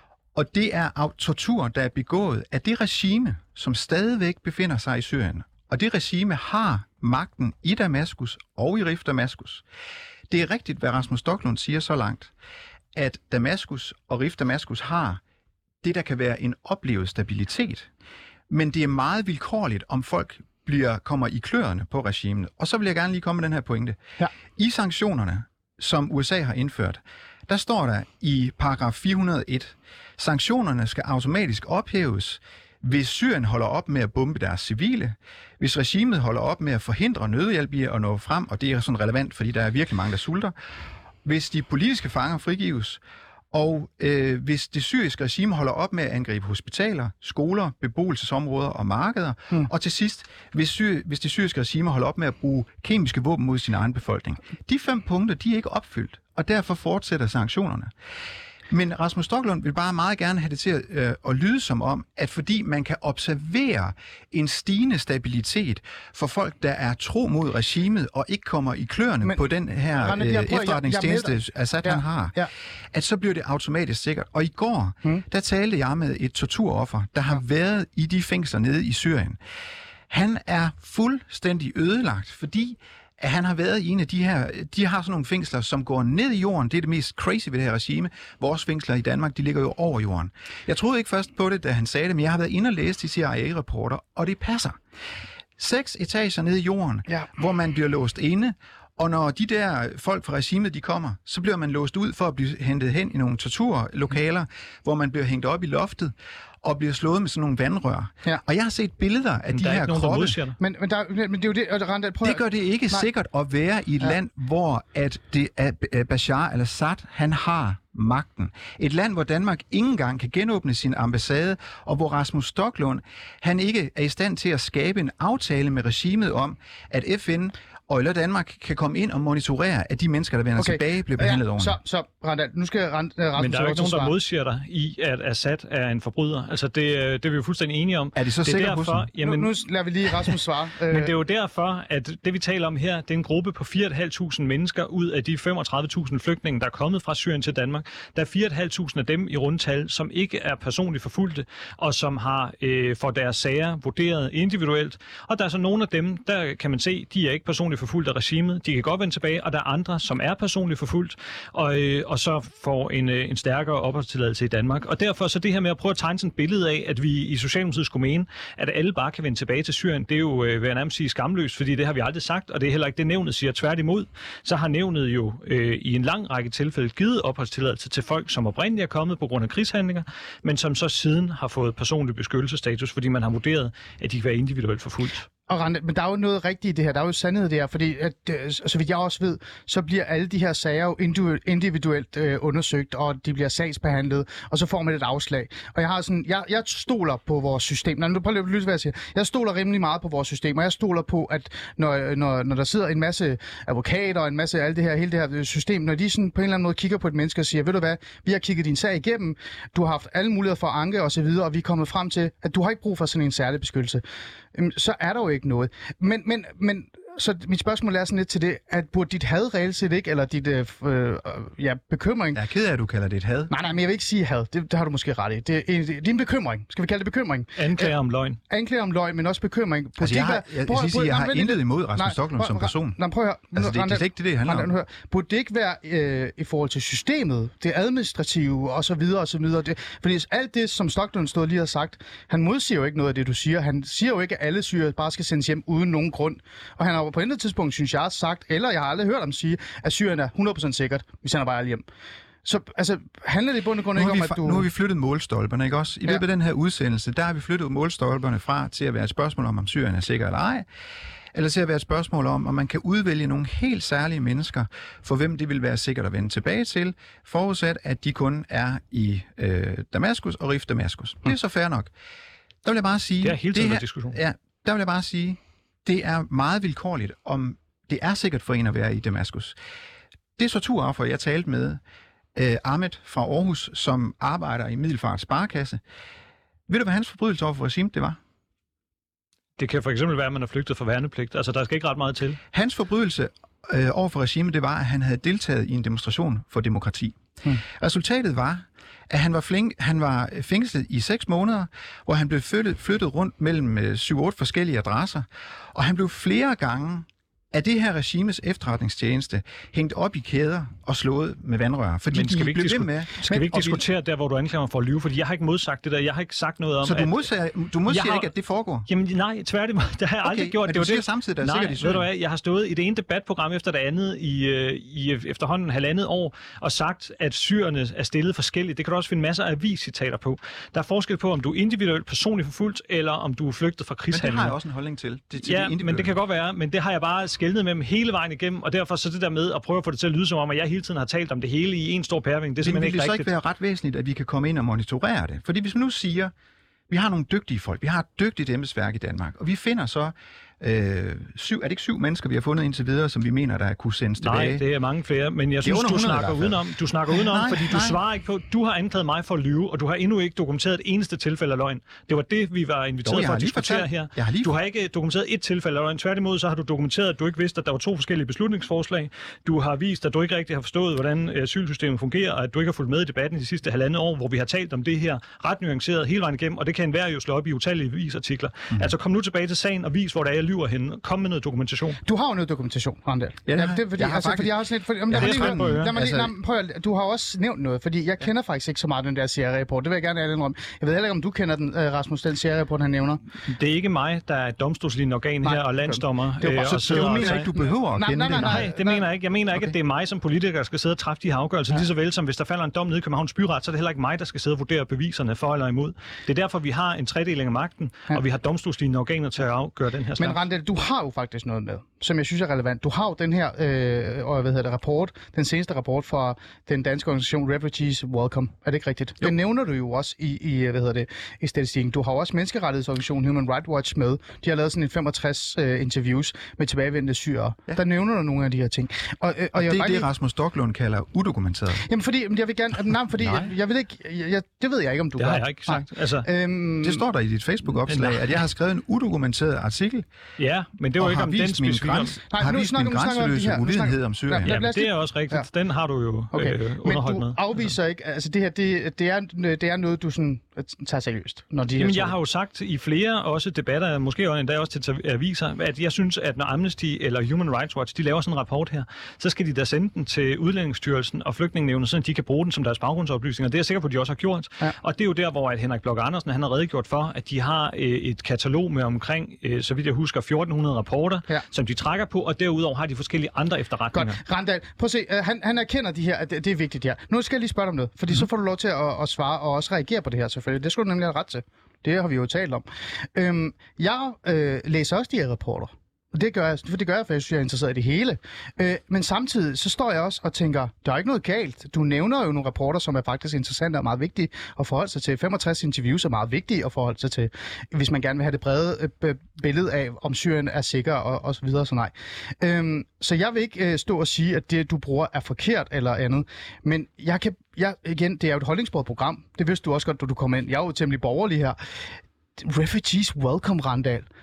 Og det er tortur, der er begået af det regime, som stadigvæk befinder sig i Syrien. Og det regime har magten i Damaskus og i Rif Damaskus. Det er rigtigt, hvad Rasmus Stoklund siger så langt, at Damaskus og Rif Damaskus har det, der kan være en oplevet stabilitet. Men det er meget vilkårligt, om folk bliver, kommer i kløerne på regimet. Og så vil jeg gerne lige komme med den her pointe. Ja. I sanktionerne, som U S A har indført, der står der i paragraf fire hundrede og en, sanktionerne skal automatisk ophæves, hvis Syrien holder op med at bombe deres civile, hvis regimet holder op med at forhindre nødhjælp i at nå frem, og det er sådan relevant, fordi der er virkelig mange, der sulter, hvis de politiske fanger frigives, og øh, hvis det syriske regime holder op med at angribe hospitaler, skoler, beboelsesområder og markeder, hmm. og til sidst, hvis, syr, hvis det syriske regime holder op med at bruge kemiske våben mod sin egen befolkning. De fem punkter, de er ikke opfyldt, og derfor fortsætter sanktionerne. Men Rasmus Stoklund vil bare meget gerne have det til at, øh, at lyde som om, at fordi man kan observere en stigende stabilitet for folk, der er tro mod regimet og ikke kommer i kløerne Men, på den her Rane, øh, efterretningstjeneste, Assad ja, han har, ja. at så bliver det automatisk sikkert. Og i går, hmm. der talte jeg med et torturoffer, der har ja. været i de fængsler nede i Syrien. Han er fuldstændig ødelagt, fordi at han har været i en af de her, de har sådan nogle fængsler, som går ned i jorden. Det er det mest crazy ved det her regime. Vores fængsler i Danmark, de ligger jo over jorden. Jeg troede ikke først på det, da han sagde det, men jeg har været inde og læst de C I A-rapporter, og det passer. Seks etager nede i jorden, ja. hvor man bliver låst inde, og når de der folk fra regimet, de kommer, så bliver man låst ud for at blive hentet hen i nogle torturlokaler, hvor man bliver hængt op i loftet, og bliver slået med sådan nogle vandrør. Ja. Og jeg har set billeder af men de her kroppe. Men, men, der, men det er jo det, Randall, prøv det gør det ikke Nej. sikkert at være i et ja. land, hvor at det er Bashar al-Assad, han har magten. Et land, hvor Danmark ikke engang kan genåbne sin ambassade, og hvor Rasmus Stoklund, han ikke er i stand til at skabe en aftale med regimet om, at F N og eller Danmark kan komme ind og monitorere, at de mennesker, der vender okay. tilbage, bliver behandlet ja, ordentligt. Så, så Randall, nu skal Rand, Rasmus... Men der er jo ikke nogen, der modsiger dig i, at Assad er en forbryder. Altså, det, det er vi jo fuldstændig enige om. Er det så sikkert på sådan? Jamen, nu, nu lader vi lige Rasmus svare. Men det er jo derfor, at det, vi taler om her, det er en gruppe på fire tusind fem hundrede mennesker ud af de femogtredive tusind flygtninge, der er kommet fra Syrien til Danmark. Der er fire tusind fem hundrede af dem i rundtal, som ikke er personligt forfulgte, og som har øh, for deres sager vurderet individuelt. Og der er så nogle af dem, der kan man se, de er ikke personligt forfulgt af regimet. De kan godt vende tilbage, og der er andre, som er personligt forfulgt, og, øh, og så får en, øh, en stærkere opholdstilladelse i Danmark. Og derfor så det her med at prøve at tegne sådan et billede af, at vi i Socialdemokratiet skulle mene, at alle bare kan vende tilbage til Syrien, det er jo, øh, vil jeg nærmest sige, skamløst, fordi det har vi aldrig sagt, og det er heller ikke det, nævnet siger. Tværtimod, så har nævnet jo øh, i en lang række tilfælde givet opholdstilladelse til folk, som oprindeligt er kommet på grund af krigshandlinger, men som så siden har fået personlig beskyttelsesstatus, fordi man har vurderet, at de kan være individuelt forfulgt. Og Randall, men der er jo noget rigtigt i det her. Der er jo sandhed der, fordi at, så vidt jeg også ved, så bliver alle de her sager jo individuelt øh, undersøgt, og de bliver sagsbehandlet, og så får man et afslag. Og jeg har sådan, jeg, jeg stoler på vores system. Nå, nu prøv lige at lytte, hvad jeg siger. Jeg stoler rimelig meget på vores system, og jeg stoler på, at når, når, når der sidder en masse advokater og en masse af alt det her, hele det her system, når de sådan på en eller anden måde kigger på et menneske og siger, ved du hvad, vi har kigget din sag igennem, du har haft alle muligheder for at anke og så videre, og vi er kommet frem til, at du har ikke brug for sådan en særlig beskyttelse, så er der jo ikke noget. Men, men, men så mit spørgsmål er sådan lidt til det, at burde dit had reelt set ikke, eller dit øh, øh, ja, bekymring... Jeg er ked af, at du kalder det et had. Nej, nej, men jeg vil ikke sige had. Det, det har du måske ret i. Det er, det er din bekymring. Skal vi kalde det bekymring? Anklager om løgn. Anklager om løgn, men også bekymring. Burde Altså, jeg har, være- jeg, jeg, prøv- jeg, jeg, prøv- jeg har nej, intet imod Rasmus nej, Stoklund prøv- som prøv- person. Nej, prøv at høre. Altså, det, det er Randall- slet ikke det, det handler Randall, om. hør. Burde det ikke være øh, i forhold til systemet, det administrative og så videre og så videre? Det, fordi alt det, som Stoklund stod lige har sagt, han modsiger jo ikke noget af det, du siger. Han siger jo ikke, at alle syrere bare skal sendes hjem uden nogen grund. Og han har jo på intet tidspunkt, synes jeg, sagt, eller jeg har aldrig hørt ham sige, at Syrien er hundrede procent sikkert, vi sender bare alle hjem. Så altså, handler det i bund og grund Nu ikke har, vi, om, at du... nu har vi flyttet målstolperne, ikke også? I Ja. løbet af den her udsendelse, der har vi flyttet målstolperne fra til at være et spørgsmål om, om Syrien er sikker eller ej, eller til at være et spørgsmål om, om man kan udvælge nogle helt særlige mennesker, for hvem det vil være sikkert at vende tilbage til, forudsat at de kun er i øh, Damaskus og Rif Damaskus. Det er så fair nok. Der vil jeg bare sige... Det er hele tiden her- en diskussion. Ja, der vil jeg bare sige, det er meget vilkårligt, om det er sikkert for en at være i Damaskus. Det torturoffer, jeg talte med, øh, Ahmed fra Aarhus, som arbejder i Middelfart Sparekasse. Ved du, hvad hans forbrydelse over for regimet det var? Det kan for eksempel være, at man er flygtet fra værnepligt. Altså, der skal ikke ret meget til. Hans forbrydelse øh, over for regimet, det var, at han havde deltaget i en demonstration for demokrati. Hmm. Resultatet var, at han var, flink, han var fængslet i seks måneder, hvor han blev flyttet, flyttet rundt mellem øh, syv otte forskellige adresser, og han blev flere gange af det her regimes efterretningstjeneste hængt op i kæder og slået med vandrør. Fordi Men skal de vi ikke, blev ved disku- med... skal vi ikke og diskutere der, hvor du anklager mig for at lyve? Fordi jeg har ikke modsagt det der. Jeg har ikke sagt noget om, Så du at... modsiger, du modsiger Jeg har- ikke, at det foregår? Jamen nej, tværtimod. Det har jeg aldrig gjort. men Det du var siger det. samtidig, der er Nej, sikkert i ved Syrien. du hvad, jeg har stået i det ene debatprogram efter det andet i, øh, i efterhånden halvandet år og sagt, at syrerne er stillet forskelligt. Det kan du også finde masser af aviscitater på. Der er forskel på, om du er individuelt personligt forfulgt, eller om du er flygtet fra Men det krigshandlinger. har jeg også en holdning til. Det, til Ja, det men det kan godt være, men det har jeg bare skelnet med dem hele vejen igennem, og derfor så det der med at prøve at få det til at lyde som om, at jeg hele tiden har talt om det hele i en stor pærving, det er Men simpelthen vil det ikke så rigtigt. ikke være ret væsentligt, at vi kan komme ind og monitorere det? Fordi hvis man nu siger, vi har nogle dygtige folk, vi har et dygtigt embedsværk i Danmark, og vi finder så øh, syv, er det ikke syv mennesker, vi har fundet indtil videre, som vi mener, der kunne sendes tilbage? Nej, det er mange flere, men jeg er synes, under du hundrede i snakker hvert fald. udenom. Du snakker udenom, Nej, fordi du nej. svarer ikke på, du har anklaget mig for at lyve, og du har endnu ikke dokumenteret et eneste tilfælde af løgn. Det var det, vi var inviteret Jo, jeg for har at lige diskutere fortalt- her. jeg har lige Du har ikke dokumenteret et tilfælde af løgn. Tværtimod, så har du dokumenteret, at du ikke vidste, at der var to forskellige beslutningsforslag. Du har vist, at du ikke rigtig har forstået, hvordan asylsystemet fungerer, og at du ikke har fulgt med i debatten de sidste halvandet år, hvor vi har talt om det her ret nuanceret hele vejen igennem, og det kan enhver jo slå op i utallige avisartikler. Mm. Altså kom nu tilbage til sagen og vis, hvor der er, jeg lyver henne. Kom med noget dokumentation. Du har jo noget dokumentation, Randall. Ja, det har det er fordi, jeg. Jeg har altså, faktisk- fordi jeg har også lidt... Fordi, jamen, Jeg lad har mig lige- spændt på at høre. lad mig lige- Altså- lad- prøv at- Du har også nævnt noget, fordi jeg kender faktisk ikke så meget den der C R-rapport. Det vil jeg gerne have indrømme. Jeg ved heller ikke, om du kender den, øh, Rasmus, den C R-rapport, han nævner. Det er ikke mig, der er et domstolslignende organ Nej, her og landsdommer. det var bare- øh, så- og så sidder Du og- mener ikke, du behøver at Nej, kende nej, nej, det? Nej, det mener jeg ikke. Jeg mener ikke, Okay. at det er mig som politiker, der skal sidde og træffe de her afgørelser. Ja. Lige så vel som hvis der falder en dom nede i Københavns Byret, så er det heller ikke mig, der skal sidde og vurdere beviserne for eller imod. Det er derfor, vi har en tredeling af magten, Ja. og vi har domstolslignende organer til at afgøre den her slags. Men Randall, du har jo faktisk noget med, som jeg synes er relevant. Du har jo den her øh, og, hvad hedder det, rapport, den seneste rapport fra den danske organisation Refugees Welcome. Er det ikke rigtigt? Jo. Den nævner du jo også i, i, hvad hedder det, i statistikken. Du har også menneskerettighedsorganisationen Human Rights Watch med. De har lavet sådan en femogtres øh, interviews med tilbagevendte syrere. Ja. Der nævner du nogle af de her ting. Og, øh, og, Og jeg det vil er bare det, lige- Rasmus Stoklund kalder udokumenteret. Jamen fordi, jeg vil gerne... Nej, fordi Nej. jeg, jeg vil ikke... Jeg, jeg, det ved jeg ikke, om du det gør. har jeg ikke sagt. Altså, Nej. Øhm, Det står der i dit Facebook-opslag, Nej. at jeg har skrevet en udokumenteret artikel, ja, men det var og ikke har om den vist min, specifikke... græns, Nej, har nu vist snakker- min nu snakker vi om de grænseløse her. Nu snakker- uvidenhed om Syrien. Ja, Ja, lad men os det lige- er også rigtigt. Ja. Den har du jo Okay, øh, men underholdt du med. afviser ikke, altså det her, det, det, er, det er noget, du sådan tager seriøst, når de Jamen, her jeg har jo sagt i flere også debatter, måske også endda også til aviser, at jeg synes, at når Amnesty eller Human Rights Watch, de laver sådan en rapport her, så skal de da sende den til Udlændingsstyrelsen og Flygtningenævnet, så de kan bruge den som deres baggrundsoplysninger. Det er jeg sikker på, at de også har gjort. Ja. Og det er jo der, hvor at Henrik Bloch Andersen, han har redegjort for, at de har øh, et katalog med omkring, øh, så vidt jeg husker, fjorten hundrede rapporter, Ja. som de trækker på, og derudover har de forskellige andre efterretninger. Godt. Randall, prøv at se, uh, han, han erkender de her, at det, det er vigtigt her. Nu skal jeg lige spørge dig om noget, fordi mm. så får du lov til at, at svare og også reagere på det her selvfølgelig. Det skulle du nemlig have ret til. Det har vi jo talt om. Øhm, jeg øh, læser også de her rapporter. Og det gør jeg, for det gør jeg, for jeg synes, jeg er interesseret i det hele. Øh, men samtidig, så står jeg også og tænker, der er ikke noget galt. Du nævner jo nogle rapporter, som er faktisk interessante og meget vigtige at forholde sig til. femogtres interviews er meget vigtige at forholde sig til, hvis man gerne vil have det brede øh, billede af, om Syrien er sikker og, og så videre, så nej. Øhm, så jeg vil ikke øh, stå og sige, at det, du bruger, er forkert eller andet. Men jeg kan, jeg, igen, det er jo et holdningsbordet program. Det vidste du også godt, da du kom ind. Jeg er jo temmelig borgerlig her. Refugees Welcome, Randall.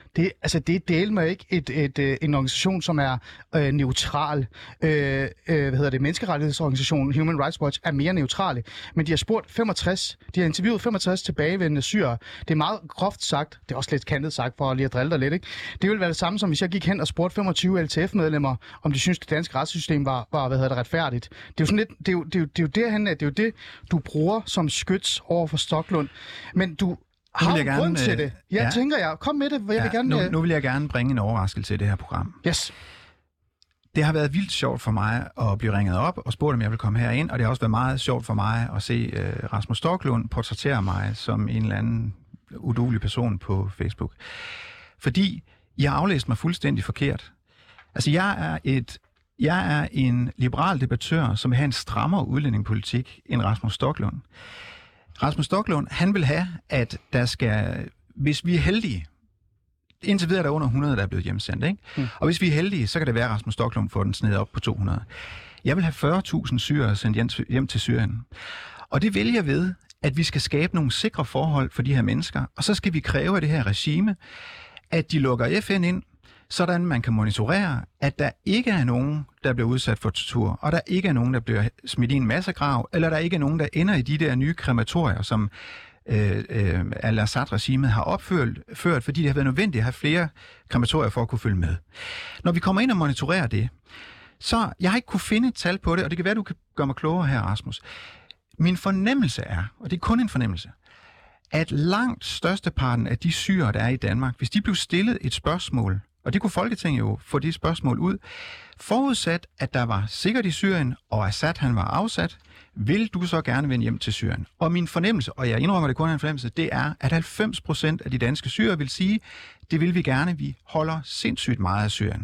Det, altså, det deler mig ikke et, et, et, en organisation, som er øh, neutral. Øh, øh, hvad hedder det? Menneskerettighedsorganisationen Human Rights Watch er mere neutrale. Men de har spurgt femogtres, de har interviewet femogtres tilbagevendende syrere. Det er meget groft sagt, det er også lidt kantet sagt for lige at drille dig lidt, ikke? Det ville være det samme som hvis jeg gik hen og spurgte femogtyve L T F-medlemmer, om de synes det danske retssystem var, var hvad hedder det, retfærdigt. Det er jo sådan lidt, det er jo, det er jo, det er jo derhen, det er jo det, du bruger som skyts over for Stoklund. Men du har en grund til det. Ja, ja, tænker jeg. Kom med det, jeg ja, vil gerne... Nu, nu vil jeg gerne bringe en overraskelse i det her program. Yes. Det har været vildt sjovt for mig at blive ringet op og spurgt, om jeg vil komme herind, og det har også været meget sjovt for mig at se uh, Rasmus Stoklund portrættere mig som en eller anden uduelig person på Facebook. Fordi jeg har aflæst mig fuldstændig forkert. Altså, jeg er et... Jeg er en liberal debattør, som vil have en strammere udlændingepolitik end Rasmus Stoklund. Rasmus Stoklund, han vil have, at der skal, hvis vi er heldige, indtil videre er der under hundrede, der er blevet hjemsendt, ikke? Mm. Og hvis vi er heldige, så kan det være, at Rasmus Stoklund får den sned op på to hundrede. Jeg vil have fyrre tusind syrere sendt hjem til Syrien. Og det vil jeg ved, at vi skal skabe nogle sikre forhold for de her mennesker, og så skal vi kræve af det her regime, at de lukker F N ind, sådan man kan monitorere, at der ikke er nogen, der bliver udsat for tortur, og der ikke er nogen, der bliver smidt i en massegrav, eller der ikke er nogen, der ender i de der nye krematorier, som øh, øh, al-Assad-regimet har opført, ført, fordi det har været nødvendigt at have flere krematorier for at kunne følge med. Når vi kommer ind og monitorerer det, så jeg har ikke kunne finde et tal på det, og det kan være, du kan gøre mig klogere her, Rasmus. Min fornemmelse er, og det er kun en fornemmelse, at langt størsteparten af de syrere, der er i Danmark, hvis de blev stillet et spørgsmål, og det kunne Folketinget jo få de spørgsmål ud, forudsat, at der var sikkert i Syrien, og Assad han var afsat, vil du så gerne vende hjem til Syrien? Og min fornemmelse, og jeg indrømmer det kun af en fornemmelse, det er, at halvfems procent af de danske syrere vil sige, det vil vi gerne, vi holder sindssygt meget af Syrien.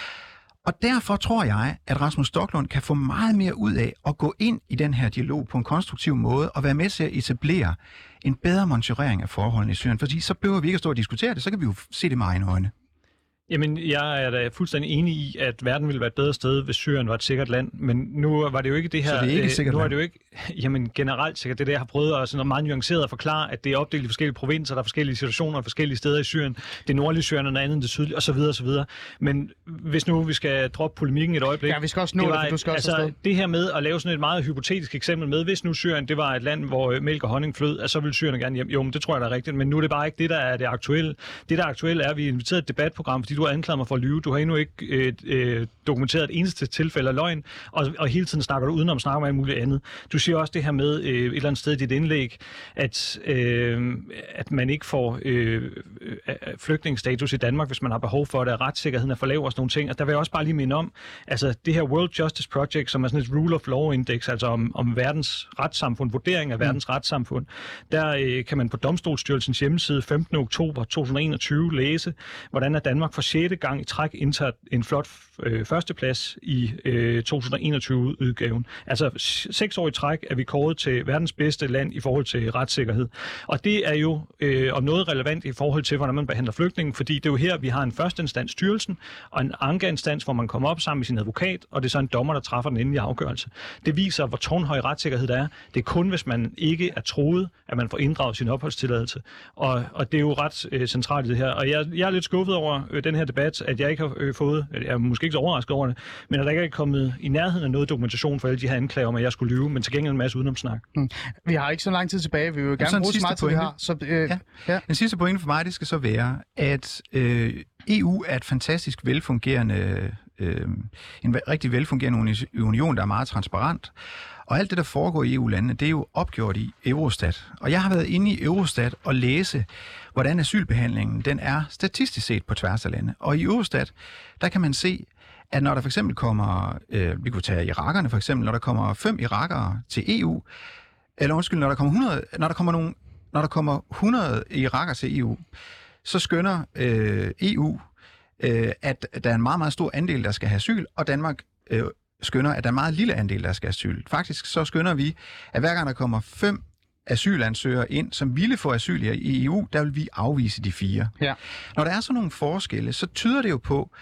Og derfor tror jeg, at Rasmus Stoklund kan få meget mere ud af at gå ind i den her dialog på en konstruktiv måde og være med til at etablere en bedre monitorering af forholdene i Syrien. Fordi så behøver vi ikke at stå og diskutere det, så kan vi jo se det med egne øjne. Jamen, jeg er da fuldstændig enig i, at verden ville være et bedre sted, hvis Syrien var et sikkert land. Men nu var det jo ikke det her... Så det er ikke et sikkert nu land? er det jo ikke... Jamen, generelt sikkert. Det er det, jeg har prøvet at sådan meget nuanceret at forklare, at det er opdelt i forskellige provinser, der er forskellige situationer og forskellige steder i Syrien. Det nordlige Syrien er noget andet end det sydlige, osv. osv. Men hvis nu vi skal droppe polemikken et øjeblik... Ja, vi skal også nå det, det for du skal også altså, det her med at lave sådan et meget hypotetisk eksempel med, hvis nu Syrien det var et land, hvor mælk og honning flød, altså, så ville Syrien gerne hjem. Jo, men det tror jeg, der er rigtigt. Men nu er det bare ikke det, der er det aktuelle. Det, der er aktuelle er, at vi inviteret et debatprogram, fordi du har anklaget mig for at lyve. Du har endnu ikke øh, øh, dokumenteret et eneste tilfælde af løgn, og, og hele tiden snakker du udenom, snakker om alt muligt andet. Du siger også det her med øh, et eller andet sted i dit indlæg, at, øh, at man ikke får øh, øh, flygtningsstatus i Danmark, hvis man har behov for det, at retssikkerheden er for lav og sådan nogle ting. Altså, der vil jeg også bare lige minde om, altså det her World Justice Project, som er sådan et Rule of Law Index, altså om, om verdens retssamfund, vurdering af verdens mm. retssamfund, der øh, kan man på Domstolsstyrelsens hjemmeside femtende oktober to tusind og enogtyve læse, hvordan at Danmark for sjette gang i træk indtager en flot øh, førsteplads i øh, to tusind og enogtyve-udgaven. Altså seks år i træk er vi kåret til verdens bedste land i forhold til retssikkerhed. Og det er jo øh, om noget relevant i forhold til, hvordan man behandler flygtninge, fordi det er jo her, vi har en førsteinstans styrelsen og en ankeinstans, hvor man kommer op sammen med sin advokat, og det er så en dommer, der træffer den endelige afgørelse. Det viser, hvor tårnhøj retssikkerhed der er. Det er kun, hvis man ikke er troet, at man får inddraget sin opholdstilladelse. Og, og det er jo ret øh, centralt i det her. Og jeg, jeg er lidt skuffet over øh, den her debat, at jeg ikke har øh, fået, jeg er måske ikke så overrasket over det, men at der ikke er kommet i nærheden af noget dokumentation for alle de her anklager om, at jeg skulle lyve, men til gengæld en masse udenomsnak. Hmm. Vi har ikke så lang tid tilbage, vi vil jo gerne bruge så meget tid, vi har. Så, øh, ja. Ja. Den sidste pointe for mig, det skal så være, at øh, E U er et fantastisk velfungerende, øh, en rigtig velfungerende union, der er meget transparent. Og alt det, der foregår i E U-landene, det er jo opgjort i Eurostat. Og jeg har været inde i Eurostat og læse, hvordan asylbehandlingen den er statistisk set på tværs af lande. Og i Eurostat, der kan man se, at når der for eksempel kommer, øh, vi kunne tage irakerne for eksempel, når der kommer fem irakere til E U, eller undskyld, når der kommer hundrede, når der kommer nogle, når der kommer hundrede irakere til E U, så skønner øh, E U, øh, at der er en meget, meget stor andel, der skal have asyl, og Danmark øh, skønner, at der er en meget lille andel, der skal have asyl. Faktisk så skønner vi, at hver gang der kommer fem asylansøgere ind, som ville få asyl i E U, der vil vi afvise de fire. Ja. Når der er sådan nogle forskelle, så tyder det jo på,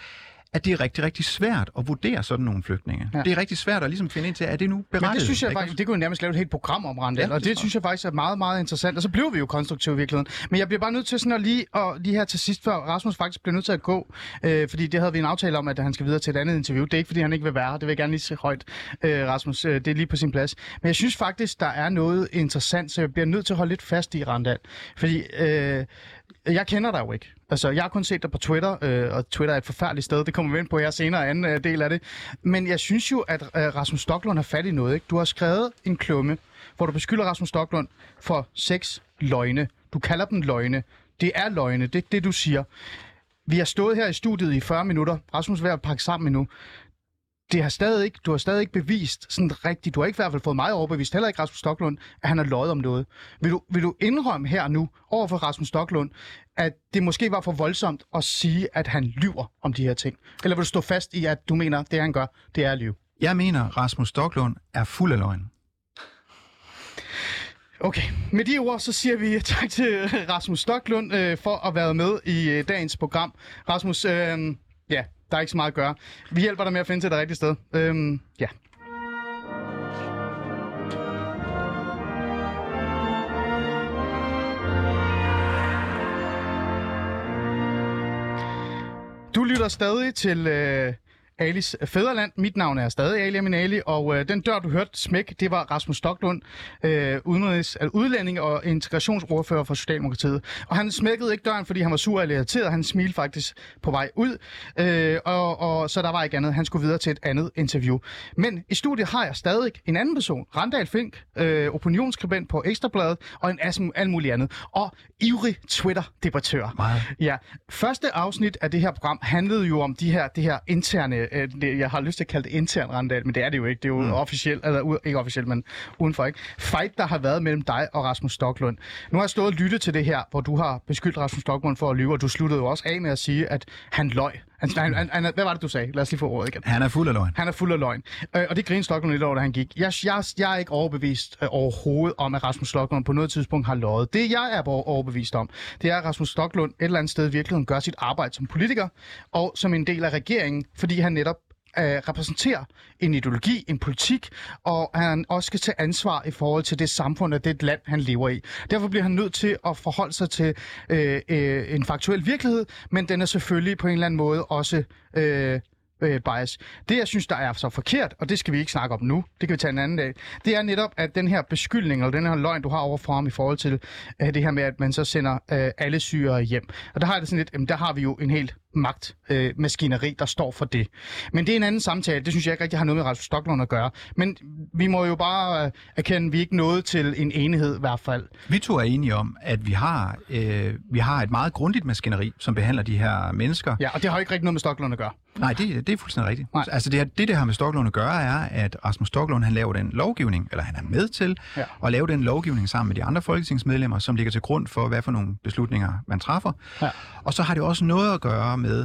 at det er rigtig, rigtig svært at vurdere sådan nogle flygtninge. Ja. Det er rigtig svært at ligesom finde ind til, er det nu berettiget? Men det synes jeg ikke? faktisk, det kunne nærmest lave et helt program om, Randal, ja, og det, det synes jeg faktisk er meget, meget interessant. Og så blev vi jo konstruktive i virkeligheden. Men jeg bliver bare nødt til sådan at lige, og lige her til sidst, før Rasmus faktisk bliver nødt til at gå, øh, fordi det havde vi en aftale om, at han skal videre til et andet interview. Det er ikke, fordi han ikke vil være her. Det vil jeg gerne lige se højt, øh, Rasmus. Øh, det er lige på sin plads. Men jeg synes faktisk, der er noget interessant, så jeg bliver nødt til at holde lidt fast i, Randal. Fordi øh, jeg kender dig jo ikke. Altså, jeg har kun set dig på Twitter, øh, og Twitter er et forfærdeligt sted. Det kommer vi ind på her senere, anden øh, del af det. Men jeg synes jo, at øh, Rasmus Stoklund har fat i noget, ikke? Du har skrevet en klumme, hvor du beskylder Rasmus Stoklund for seks løgne. Du kalder dem løgne. Det er løgne, det er det, du siger. Vi har stået her i studiet i fyrre minutter. Rasmus er ved at pakke sammen endnu. Det har stadig ikke, du har stadig ikke bevist sådan rigtigt, du har ikke i hvert fald fået mig overbevist, heller ikke Rasmus Stoklund, at han har løjet om noget. Vil du, vil du indrømme her nu, over for Rasmus Stoklund, at det måske var for voldsomt at sige, at han lyver om de her ting? Eller vil du stå fast i, at du mener, at det han gør, det er at lyve? Jeg mener, Rasmus Stoklund er fuld af løgn. Okay, med de ord, så siger vi tak til Rasmus Stoklund øh, for at være med i øh, dagens program. Rasmus, øh, ja... Der er ikke så meget at gøre. Vi hjælper dig med at finde til det rigtige sted. Øhm, ja. Du lytter stadig til øh, Alis Fæderland. Mit navn er stadig Ali Amin Ali, og øh, den dør, du hørte smæk, det var Rasmus Stoklund, øh, udenrigs, altså udlænding og integrationsordfører for Socialdemokratiet. Og han smækkede ikke døren, fordi han var sur eller irriteret. Han smilte faktisk på vej ud, øh, og, og så der var ikke andet. Han skulle videre til et andet interview. Men i studiet har jeg stadig en anden person, Randal Fink, øh, opinionsskribent på Ekstrabladet, og en alt muligt andet. Og ivrig Twitter-debattør. Meget. Ja. Første afsnit af det her program handlede jo om de her, det her interne, det, jeg har lyst til at kalde det intern, Randal, men det er det jo ikke. Det er jo mm. officielt, eller ikke officielt, men udenfor, ikke? Fight, der har været mellem dig og Rasmus Stoklund. Nu har jeg stået og lyttet til det her, hvor du har beskyldt Rasmus Stoklund for at lyve, og du sluttede jo også af med at sige, at han løg. Han, han, han, hvad var det, du sagde? Lad os lige få ordet igen. Han er fuld af løgn. Han er fuld af løgn. Øh, og det griner Stoklund lidt over, da han gik. Jeg, jeg, jeg er ikke overbevist øh, overhovedet om, at Rasmus Stoklund på noget tidspunkt har løjet. Det, jeg er overbevist om, det er, at Rasmus Stoklund et eller andet sted i virkeligheden gør sit arbejde som politiker og som en del af regeringen, fordi han netop øh, repræsenterer en ideologi, en politik, og han også skal tage ansvar i forhold til det samfund og det land, han lever i. Derfor bliver han nødt til at forholde sig til øh, øh, en faktuel virkelighed, men den er selvfølgelig på en eller anden måde også øh, øh, bias. Det, jeg synes, der er så forkert, og det skal vi ikke snakke om nu, det kan vi tage en anden dag, det er netop, at den her beskyldning, eller den her løgn, du har overfor ham i forhold til øh, det her med, at man så sender øh, alle syrere hjem. Og der har jeg det sådan lidt, jamen, der har vi jo en helt magtmaskineri, øh, der står for det. Men det er en anden samtale. Det synes jeg ikke rigtig har noget med Rasmus Stoklund at gøre. Men vi må jo bare øh, erkende, at vi ikke nåede til en enighed i hvert fald. Vi to er enige om, at vi har, øh, vi har et meget grundigt maskineri, som behandler de her mennesker. Ja, og det har ikke rigtig noget med Stoklund at gøre. Nej, det, det er fuldstændig rigtigt. Nej. Altså det, her, det, det har med Stoklund at gøre, er, at Rasmus Stoklund, han laver den lovgivning, eller han er med til ja. at lave den lovgivning sammen med de andre folketingsmedlemmer, som ligger til grund for, hvad for nogle beslutninger man træffer. Ja. Og så har det også noget at gøre med,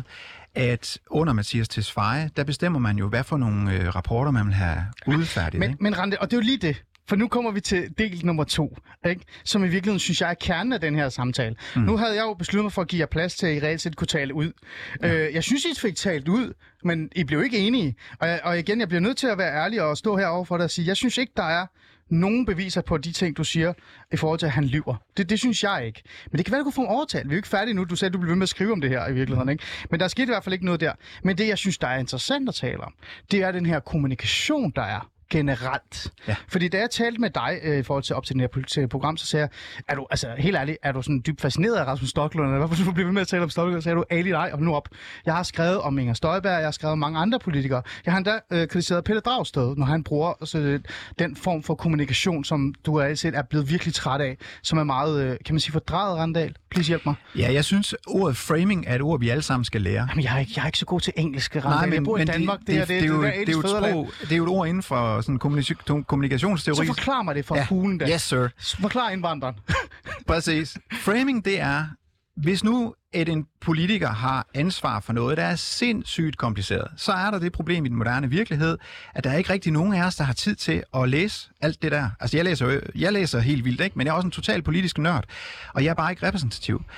at under Mathias Tesfaye, der bestemmer man jo, hvad for nogle øh, rapporter man vil have udfærdigt. Men, men Rande, og det er jo lige det. For nu kommer vi til del nummer to, ikke? Som i virkeligheden, synes jeg, er kernen af den her samtale. Mm. Nu havde jeg jo besluttet mig for at give jer plads til, at I reelt set kunne tale ud. Ja. Øh, jeg synes, I fik talt ud, men I blev ikke enige. Og, jeg, og igen, jeg bliver nødt til at være ærlig og stå herovre for dig og sige, jeg synes ikke, der er nogen beviser på de ting, du siger, i forhold til, at han lyver. Det, det synes jeg ikke. Men det kan være, du kunne få en overtale. Vi er jo ikke færdige nu. Du sagde, at du blev ved med at skrive om det her i virkeligheden, ikke? Men der skete i hvert fald ikke noget der. Men det, jeg synes, der er interessant at tale om, det er den her kommunikation, der er generelt. Ja. Fordi da jeg talte med dig øh, i forhold til op til det her program, så sagde jeg, er du, altså helt ærligt, er du sådan dybt fascineret af Rasmus Stoklund, eller hvorfor du bliver ved med at tale om Stoklund? Så sagde du, Ali, nej, og nu op. Jeg har skrevet om Inger Støjberg, jeg har skrevet om mange andre politikere. Jeg har endda øh, kritiseret Pelle Dragsted, når han bruger altså, den form for kommunikation, som du altid er blevet virkelig træt af, som er meget, øh, kan man sige, fordrejet, Randal. Please hjælp mig. Ja, jeg synes, ordet framing er et ord, vi alle sammen skal lære. Jamen, jeg er ikke, jeg er ikke så god til engelsk, Randal. Nej, men, jeg bor men i Danmark. Det, det, det, det, det, det, det, det, det, er jo det er jo et ord inden for sådan kommunik- kommunikationsteori. Så forklar mig det for ja. fuglen der. Yes, sir. Forklar indvandreren. Præcis. Framing, det er, hvis nu at en politiker har ansvar for noget, der er sindssygt kompliceret, så er der det problem i den moderne virkelighed, at der er ikke rigtig nogen af os, der har tid til at læse alt det der. Altså, jeg læser, jeg læser helt vildt, ikke? Men jeg er også en total politisk nørd, og jeg er bare ikke repræsentativ.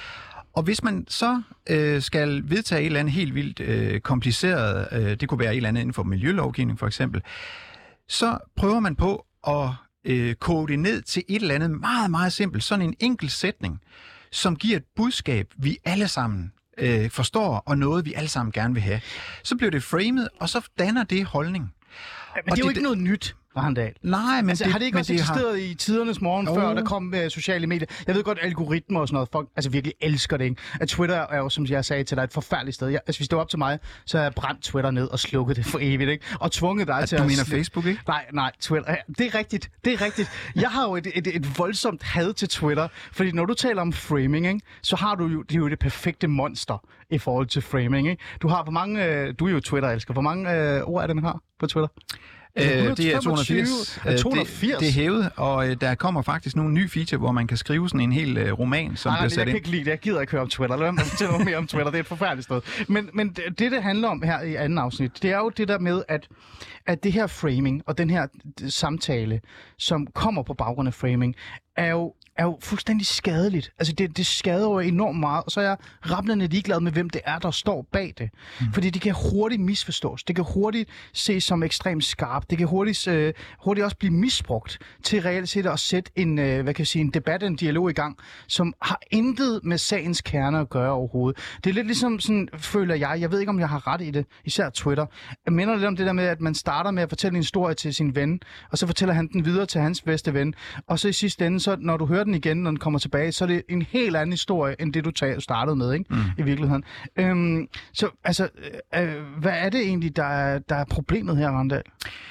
Og hvis man så øh, skal vedtage et eller andet helt vildt øh, kompliceret, øh, det kunne være et eller andet inden for miljølovgivning for eksempel, så prøver man på at øh, kode det ned til et eller andet meget, meget simpelt, sådan en enkelt sætning, som giver et budskab, vi alle sammen øh, forstår, og noget, vi alle sammen gerne vil have. Så bliver det framet, og så danner det holdning. Ja, men det er jo ikke noget nyt, Randal. Nej, men altså, det, har det ikke men også det eksisteret har... i tidernes morgen, oh. før der kom uh, sociale medier? Jeg ved godt, algoritmer og sådan noget, folk altså virkelig elsker det, ikke? At Twitter er jo, som jeg sagde til dig, et forfærdeligt sted. Jeg, altså, hvis det var op til mig, så har jeg brændt Twitter ned og slukket det for evigt, ikke? Og tvunget dig at til du at... mener Facebook, ikke? Nej, nej, Twitter. Det er rigtigt, det er rigtigt. Jeg har jo et, et, et voldsomt had til Twitter, fordi når du taler om framing, ikke, så har du jo det, er jo det perfekte monster i forhold til framing, ikke? Du har, hvor mange... Øh, du er jo Twitter-elsker. Hvor mange øh, ord er det, man har på Twitter? Øh, det er to hundrede og firs. Er to hundrede og firs? Det, det er hævet, og øh, der kommer faktisk nogle nye feature, hvor man kan skrive sådan en hel øh, roman, som Ej, bliver sat jeg kan ind. ikke lide det. Jeg gider ikke høre om Twitter. Lad mig fortælle noget mere om Twitter. Det er et forfærdeligt sted. Men, men det, det handler om her i anden afsnit, det er jo det der med, at, at det her framing og den her samtale, som kommer på baggrund af framing, er jo, er jo fuldstændig skadeligt. Altså, det, det skader jo enormt meget, og så er jeg rablende ligeglad med, hvem det er, der står bag det. Mm. Fordi det kan hurtigt misforstås. Det kan hurtigt ses som ekstremt skarpt. Det kan hurtigt, øh, hurtigt også blive misbrugt til reelt set at sætte en, øh, hvad kan jeg sige, en debat, en dialog i gang, som har intet med sagens kerne at gøre overhovedet. Det er lidt ligesom sådan, føler jeg, jeg ved ikke, om jeg har ret i det, især Twitter. Jeg minder lidt om det der med, at man starter med at fortælle en historie til sin ven, og så fortæller han den videre til hans bedste ven, og så i sidste ende, så når du hører den igen, når den kommer tilbage, så er det en helt anden historie, end det du startede med, ikke? Mm. I virkeligheden. Øhm, så altså, øh, hvad er det egentlig, der er, der er problemet her, Randal?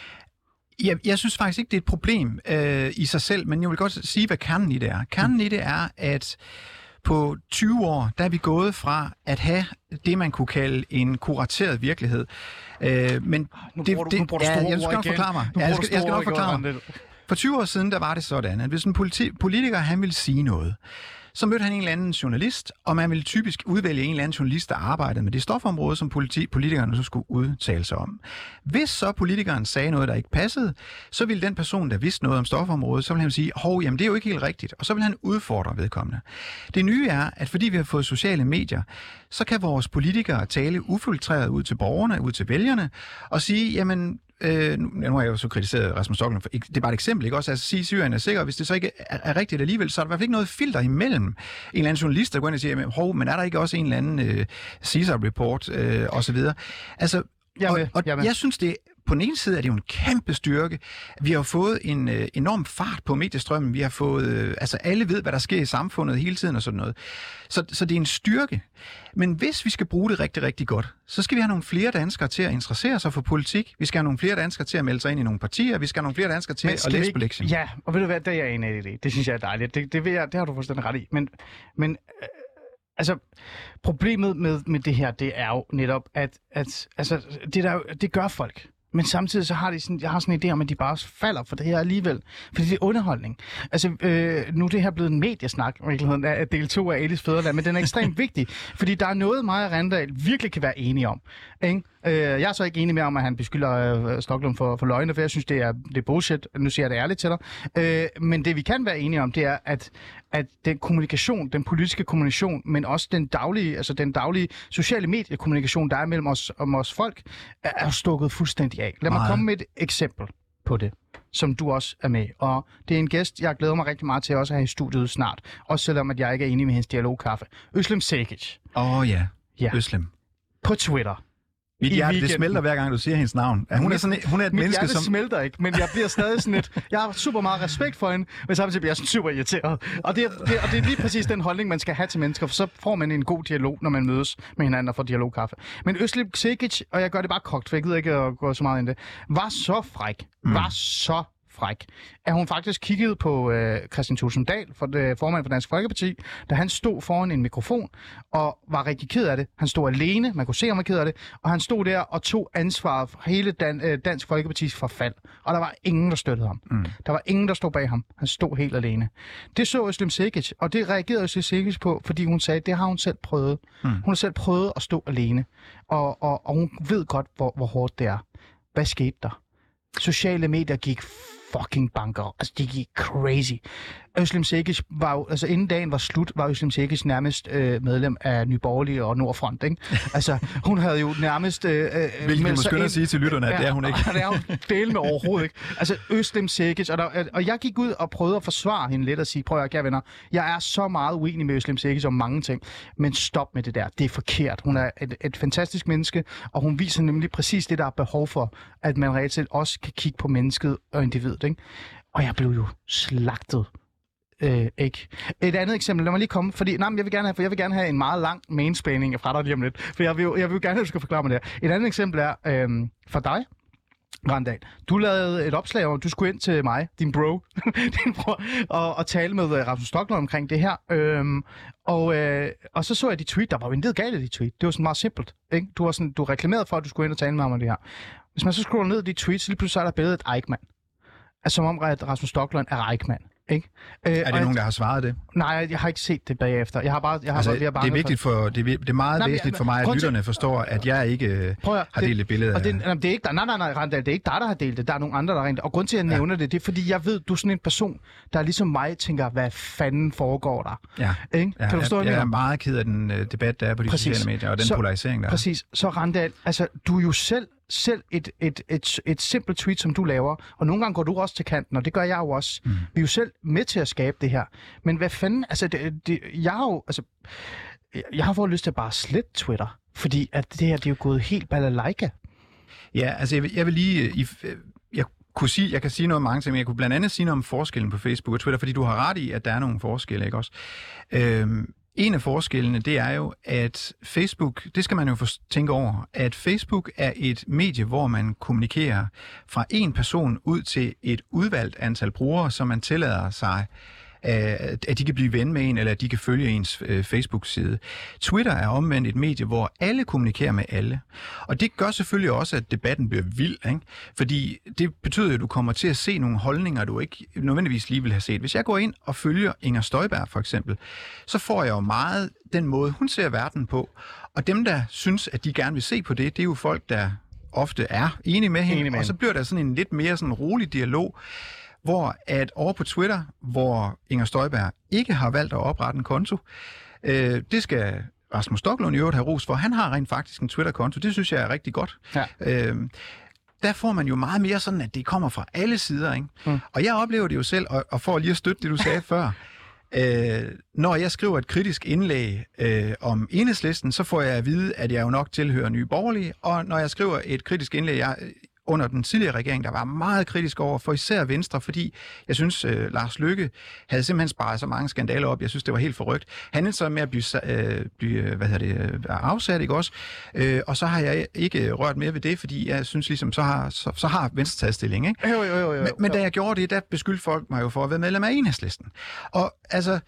Jeg, jeg synes faktisk ikke, det er et problem øh, i sig selv, men jeg vil godt sige, hvad kernen i det er. Kernen mm. i det er, at på tyve år, der er vi gået fra at have det, man kunne kalde en kurateret virkelighed. Øh, men nu det, bruger du, det, nu bruger du ja, store jeg skal ord nok igen. forklare mig. Nu Ja, jeg, bruger skal, du jeg skal store nok forklare ord, mig. Randal. For tyve år siden, der var det sådan, at hvis en politi- politiker, han ville sige noget, så mødte han en eller anden journalist, og man ville typisk udvælge en eller anden journalist, der arbejdede med det stofområde, som politi- politikerne så skulle udtale sig om. Hvis så politikeren sagde noget, der ikke passede, så ville den person, der vidste noget om stofområdet, så ville han sige, hov, jamen det er jo ikke helt rigtigt, og så vil han udfordre vedkommende. Det nye er, at fordi vi har fået sociale medier, så kan vores politikere tale ufiltreret ud til borgerne, ud til vælgerne, og sige, jamen, Øh, nu, nu har jeg jo så kritiseret Rasmus Stoklund, for det er bare et eksempel, ikke også? Altså sige, Syrien er sikker, hvis det så ikke er, er rigtigt alligevel, så er der i hvert fald ikke noget filter imellem en eller anden journalist, der går ind og siger, hov, men er der ikke også en eller anden øh, Caesar-report, øh, og så videre. Altså, Jeg og, med, og jeg med. jeg synes, det på den ene side er det jo en kæmpe styrke. Vi har fået en øh, enorm fart på mediestrømmen. Vi har fået, øh, altså alle ved, hvad der sker i samfundet hele tiden og sådan noget. Så, så det er en styrke. Men hvis vi skal bruge det rigtig, rigtig godt, så skal vi have nogle flere danskere til at interessere sig for politik. Vi skal have nogle flere danskere til at melde sig ind i nogle partier. Vi skal have nogle flere danskere til at læse på lektion. Ja, og ved du hvad, det er jeg enig i det. Det synes jeg er dejligt. Det, det, vil jeg, det har du fuldstændig ret i. Men, men øh, altså, problemet med, med det her, det er jo netop, at, at altså, det, der, det gør folk. Men samtidig så har de sådan, jeg har sådan en idé om, at de bare falder for det her alligevel. Fordi det er underholdning. Altså, øh, nu er det her blevet en mediesnak, i virkeligheden, af del to af Elis Fædreland, men den er ekstremt vigtig. Fordi der er noget, mig og Randal virkelig kan være enige om. Ikke? Øh, jeg er så ikke enig med om, at han beskylder øh, Stoklund for, for løgne, for jeg synes, det er, det er bullshit. Nu siger jeg det ærligt til dig. Øh, men det vi kan være enige om, det er, at, at den kommunikation, den politiske kommunikation, men også den daglige, altså den daglige sociale mediekommunikation, der er mellem os, om os folk, er, er stukket fuldstændig af. Lad mig meget. komme med et eksempel på det, som du også er med. Og det er en gæst, jeg glæder mig rigtig meget til at også have i studiet snart. Også selvom, at jeg ikke er enig med hendes dialogkaffe. Özlem Cekic. Åh oh, ja, Ja. Özlem. På Twitter. Mit I hjerte, det weekenden. smelter hver gang, du siger hendes navn. Ja, hun, er sådan, hun er et Mit menneske, hjerte som... smelter ikke, men jeg bliver stadig sådan lidt... Jeg har super meget respekt for hende, men samtidig bliver jeg sådan super irriteret. Og det, er, det, og det er lige præcis den holdning, man skal have til mennesker, for så får man en god dialog, når man mødes med hinanden og får dialogkaffe. Men Özlem Cekic, og jeg gør det bare kogt, for jeg gider ikke at gå så meget ind i det, var så fræk. Mm. Var så fræk, at hun faktisk kiggede på øh, Kristian Thulesen Dahl, for det, formand for Dansk Folkeparti, da han stod foran en mikrofon og var rigtig ked af det. Han stod alene, man kunne se, at han var ked af det, og han stod der og tog ansvaret for hele Dan, øh, Dansk Folkepartis forfald. Og der var ingen, der støttede ham. Mm. Der var ingen, der stod bag ham. Han stod helt alene. Det så Özlem Cekic, og det reagerede Özlem Cekic på, fordi hun sagde, at det har hun selv prøvet. Mm. Hun har selv prøvet at stå alene, og, og, og hun ved godt, hvor, hvor hårdt det er. Hvad skete der? Sociale medier gik fucking banker. Altså, de gik crazy. Özlem Cekic var jo, altså inden dagen var slut, var Özlem Cekic nærmest øh, medlem af Nye Borgerlige og Nordfront, ikke? Altså, hun havde jo nærmest... Øh, Hvilket vi må skynde at sige til lytterne, at ja, det er hun ikke. det er hun del med overhovedet, ikke? Altså, Özlem Cekic, og, der, og jeg gik ud og prøvede at forsvare hende lidt og sige, prøv at kære venner, jeg er så meget uenig med Özlem Cekic om mange ting, men stop med det der, det er forkert. Hun er et, et fantastisk menneske, og hun viser nemlig præcis det, der er behov for, at man reelt set også kan kigge på mennesket og individet, ikke? Og jeg blev jo slagtet. Øh, ikke. Et andet eksempel, lad mig lige komme, fordi nej, jeg vil gerne have, for jeg vil gerne have en meget lang mansplaining fra dig lige om lidt, for jeg vil, jeg vil gerne have, at du skal forklare mig det her. Et andet eksempel er øh, for dig, Randal. Du lavede et opslag om, at du skulle ind til mig, din bro, din bror, og, og tale med Rasmus Stoklund omkring det her. Øhm, og, øh, og så så jeg de tweet, der var jo intet galt i de tweet. Det var sådan meget simpelt. Ikke? Du var sådan, du reklamerede for, at du skulle ind og tale med ham om det her. Hvis man så scroller ned i de tweets, så lige pludselig så er der billedet af Eichmann. Altså som om, at Rasmus Stoklund er Eichmann. Ikke? Øh, er det nogen, jeg, der har svaret det? Nej, jeg har ikke set det bagefter. Jeg har bare, jeg har altså, bare, jeg har bare det er vigtigt for, det er, det er meget nej, væsentligt for mig, at lytterne forstår, at jeg ikke øh, har delt et billede af... Det, det er ikke, nej, nej, nej, Randal, det er ikke dig, der har delt det. Der er nogle andre, der har rent. Og grund til, at jeg ja. nævner det, det er, fordi jeg ved, du er sådan en person, der ligesom mig tænker, hvad fanden foregår der? Ja, ikke? ja. Kan du forstå, jeg, jeg er meget ked af den uh, debat, der er på de præcis. sociale medier, og den så, polarisering, der er. Præcis. Så Randal, altså, du er jo selv selv et, et, et, et simpelt tweet, som du laver, og nogle gange går du også til kanten, og det gør jeg jo også. Mm. Vi er jo selv med til at skabe det her. Men hvad fanden, altså, det, det, jeg har jo, altså, jeg har fået lyst til at bare slette Twitter, fordi at det her, det er jo gået helt balalaika. Ja, altså, jeg vil, jeg vil lige, I, jeg kunne sige, jeg kan sige noget om mange ting, men jeg kunne blandt andet sige noget om forskellen på Facebook og Twitter, fordi du har ret i, at der er nogle forskelle, ikke også? Øhm, En af forskellene, det er jo, at Facebook, det skal man jo tænke over, at Facebook er et medie, hvor man kommunikerer fra en person ud til et udvalgt antal brugere, som man tillader sig, at de kan blive ven med en, eller at de kan følge ens Facebook-side. Twitter er omvendt et medie, hvor alle kommunikerer med alle. Og det gør selvfølgelig også, at debatten bliver vild, ikke? Fordi det betyder jo, at du kommer til at se nogle holdninger, du ikke nødvendigvis lige vil have set. Hvis jeg går ind og følger Inger Støjberg for eksempel, så får jeg jo meget den måde, hun ser verden på. Og dem, der synes, at de gerne vil se på det, det er jo folk, der ofte er enige med hende. Enig med og så bliver der sådan en lidt mere sådan rolig dialog, hvor at over på Twitter, hvor Inger Støjberg ikke har valgt at oprette en konto, øh, det skal Rasmus Stoklund i øvrigt have ros for. Han har rent faktisk en Twitter-konto. Det synes jeg er rigtig godt. Ja. Øh, der får man jo meget mere sådan, at det kommer fra alle sider, ikke? Mm. Og jeg oplever det jo selv, og, og for lige at støtte det, du sagde før, øh, når jeg skriver et kritisk indlæg øh, om Enhedslisten, så får jeg at vide, at jeg jo nok tilhører Nye Borgerlige, og når jeg skriver et kritisk indlæg, jeg under den tidligere regering, der var meget kritisk over for især Venstre, fordi jeg synes, øh, Lars Løkke havde simpelthen sparet så mange skandaler op. Jeg synes, det var helt forrygt. Han endte så med at blive, øh, blive hvad hedder det, afsat, ikke også? Øh, og så har jeg ikke rørt mere ved det, fordi jeg synes ligesom, så har, så, så har Venstre taget stilling, ikke? Jo, jo, jo, jo. Men, men da jeg gjorde det, der beskyldte folk mig jo for at være medlem af Enhedslisten. Og altså,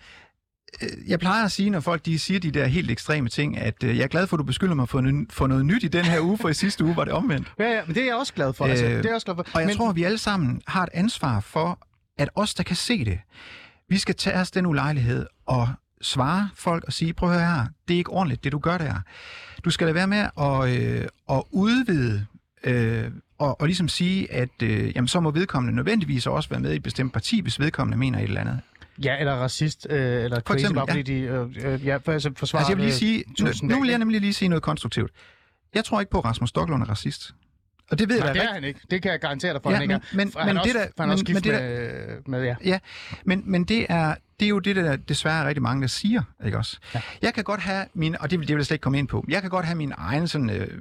jeg plejer at sige, når folk de siger de der helt ekstreme ting, at øh, jeg er glad for, at du beskylder mig for, n- for noget nyt i den her uge, for i sidste uge var det omvendt. Ja, ja, men det er jeg også glad for. Altså. Øh, det er jeg også glad for. Og jeg men... tror, at vi alle sammen har et ansvar for, at os, der kan se det, vi skal tage os den ulejlighed og svare folk og sige, prøv at høre her, det er ikke ordentligt, det du gør der. Du skal lade være med at, øh, at udvide øh, og, og ligesom sige, at øh, jamen, så må vedkommende nødvendigvis også være med i et bestemt parti, hvis vedkommende mener et eller andet. Ja, eller racist, øh, eller for eksempel, crazy, ja. de øh, ja, for, altså, forsvarer... Altså, jeg vil lige sige, nu, nu vil jeg nemlig lige sige noget konstruktivt. Jeg tror ikke på, at Rasmus Stoklund er racist. Og det ved Nej, jeg det ikke. er han ikke. Det kan jeg garantere dig for, ja, han ikke men, men, er. Men også, det der, han er også men, gift det der, med, med, ja. Ja, men, men det, er, det er jo det, der desværre rigtig mange, der siger, ikke også? Ja. Jeg kan godt have mine, og det vil, det vil jeg slet ikke komme ind på, jeg kan godt have mine egne sådan, øh,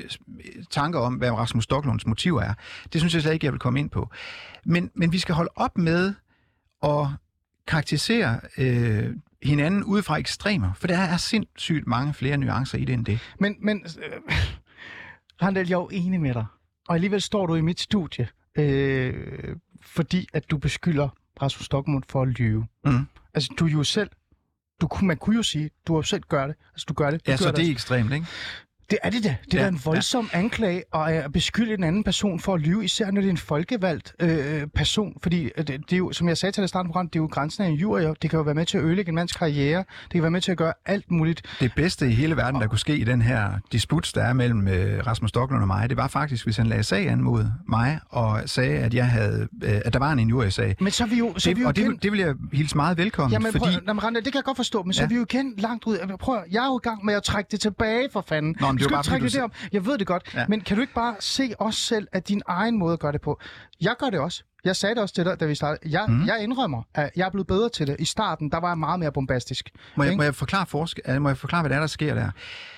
tanker om, hvad Rasmus Stoklunds motiv er. Det synes jeg slet ikke, jeg vil komme ind på. Men, men vi skal holde op med at karakterisere øh, hinanden ud fra ekstremer, for der er sindssygt mange flere nuancer i det end det. Men, men øh, Randal, jeg er jo enig med dig, og alligevel står du i mit studie, øh, fordi at du beskylder Rasmus Stoklund for at lyve. Mm. Altså, du er jo selv, du, man kunne jo sige, du har selv gør det. Altså, du gør det. Du ja, gør så det det er også. ekstremt, ikke? Det er det da. Det er Ja, da en voldsom ja. anklage at beskylde en anden person for at lyve, især når det er en folkevalgt øh, person. Fordi det, det er jo, som jeg sagde til det starten program, det er jo grænsen af en jur. Det kan jo være med til at ødelægge en mands karriere. Det kan være med til at gøre alt muligt. Det bedste i hele verden, der kunne ske i den her disput, der er mellem øh, Rasmus Stoklund og mig, det var faktisk, hvis han lagde sag an mod mig og sagde, at jeg havde, øh, at der var en injuriesag. Men så er vi jo, så det, vi jo og igen... det, det vil jeg hilse meget velkommen, Jamen, fordi... prøv, jamen, Randa, det kan jeg godt forstå, men så ja. er vi jo igen langt ud. Prøv, jeg er jo i gang med at trække det tilbage for fanden. Nå, men det du skal bare, ikke trække du... det derom. Jeg ved det godt, ja. Men kan du ikke bare se os selv af din egen måde at gøre det på? Jeg gør det også. Jeg sagde det også til dig, da vi startede. Jeg, mm. jeg indrømmer, at jeg er blevet bedre til det. I starten, der var jeg meget mere bombastisk. Må jeg, må jeg, forklare, forske, må jeg forklare, hvad der er, der sker der?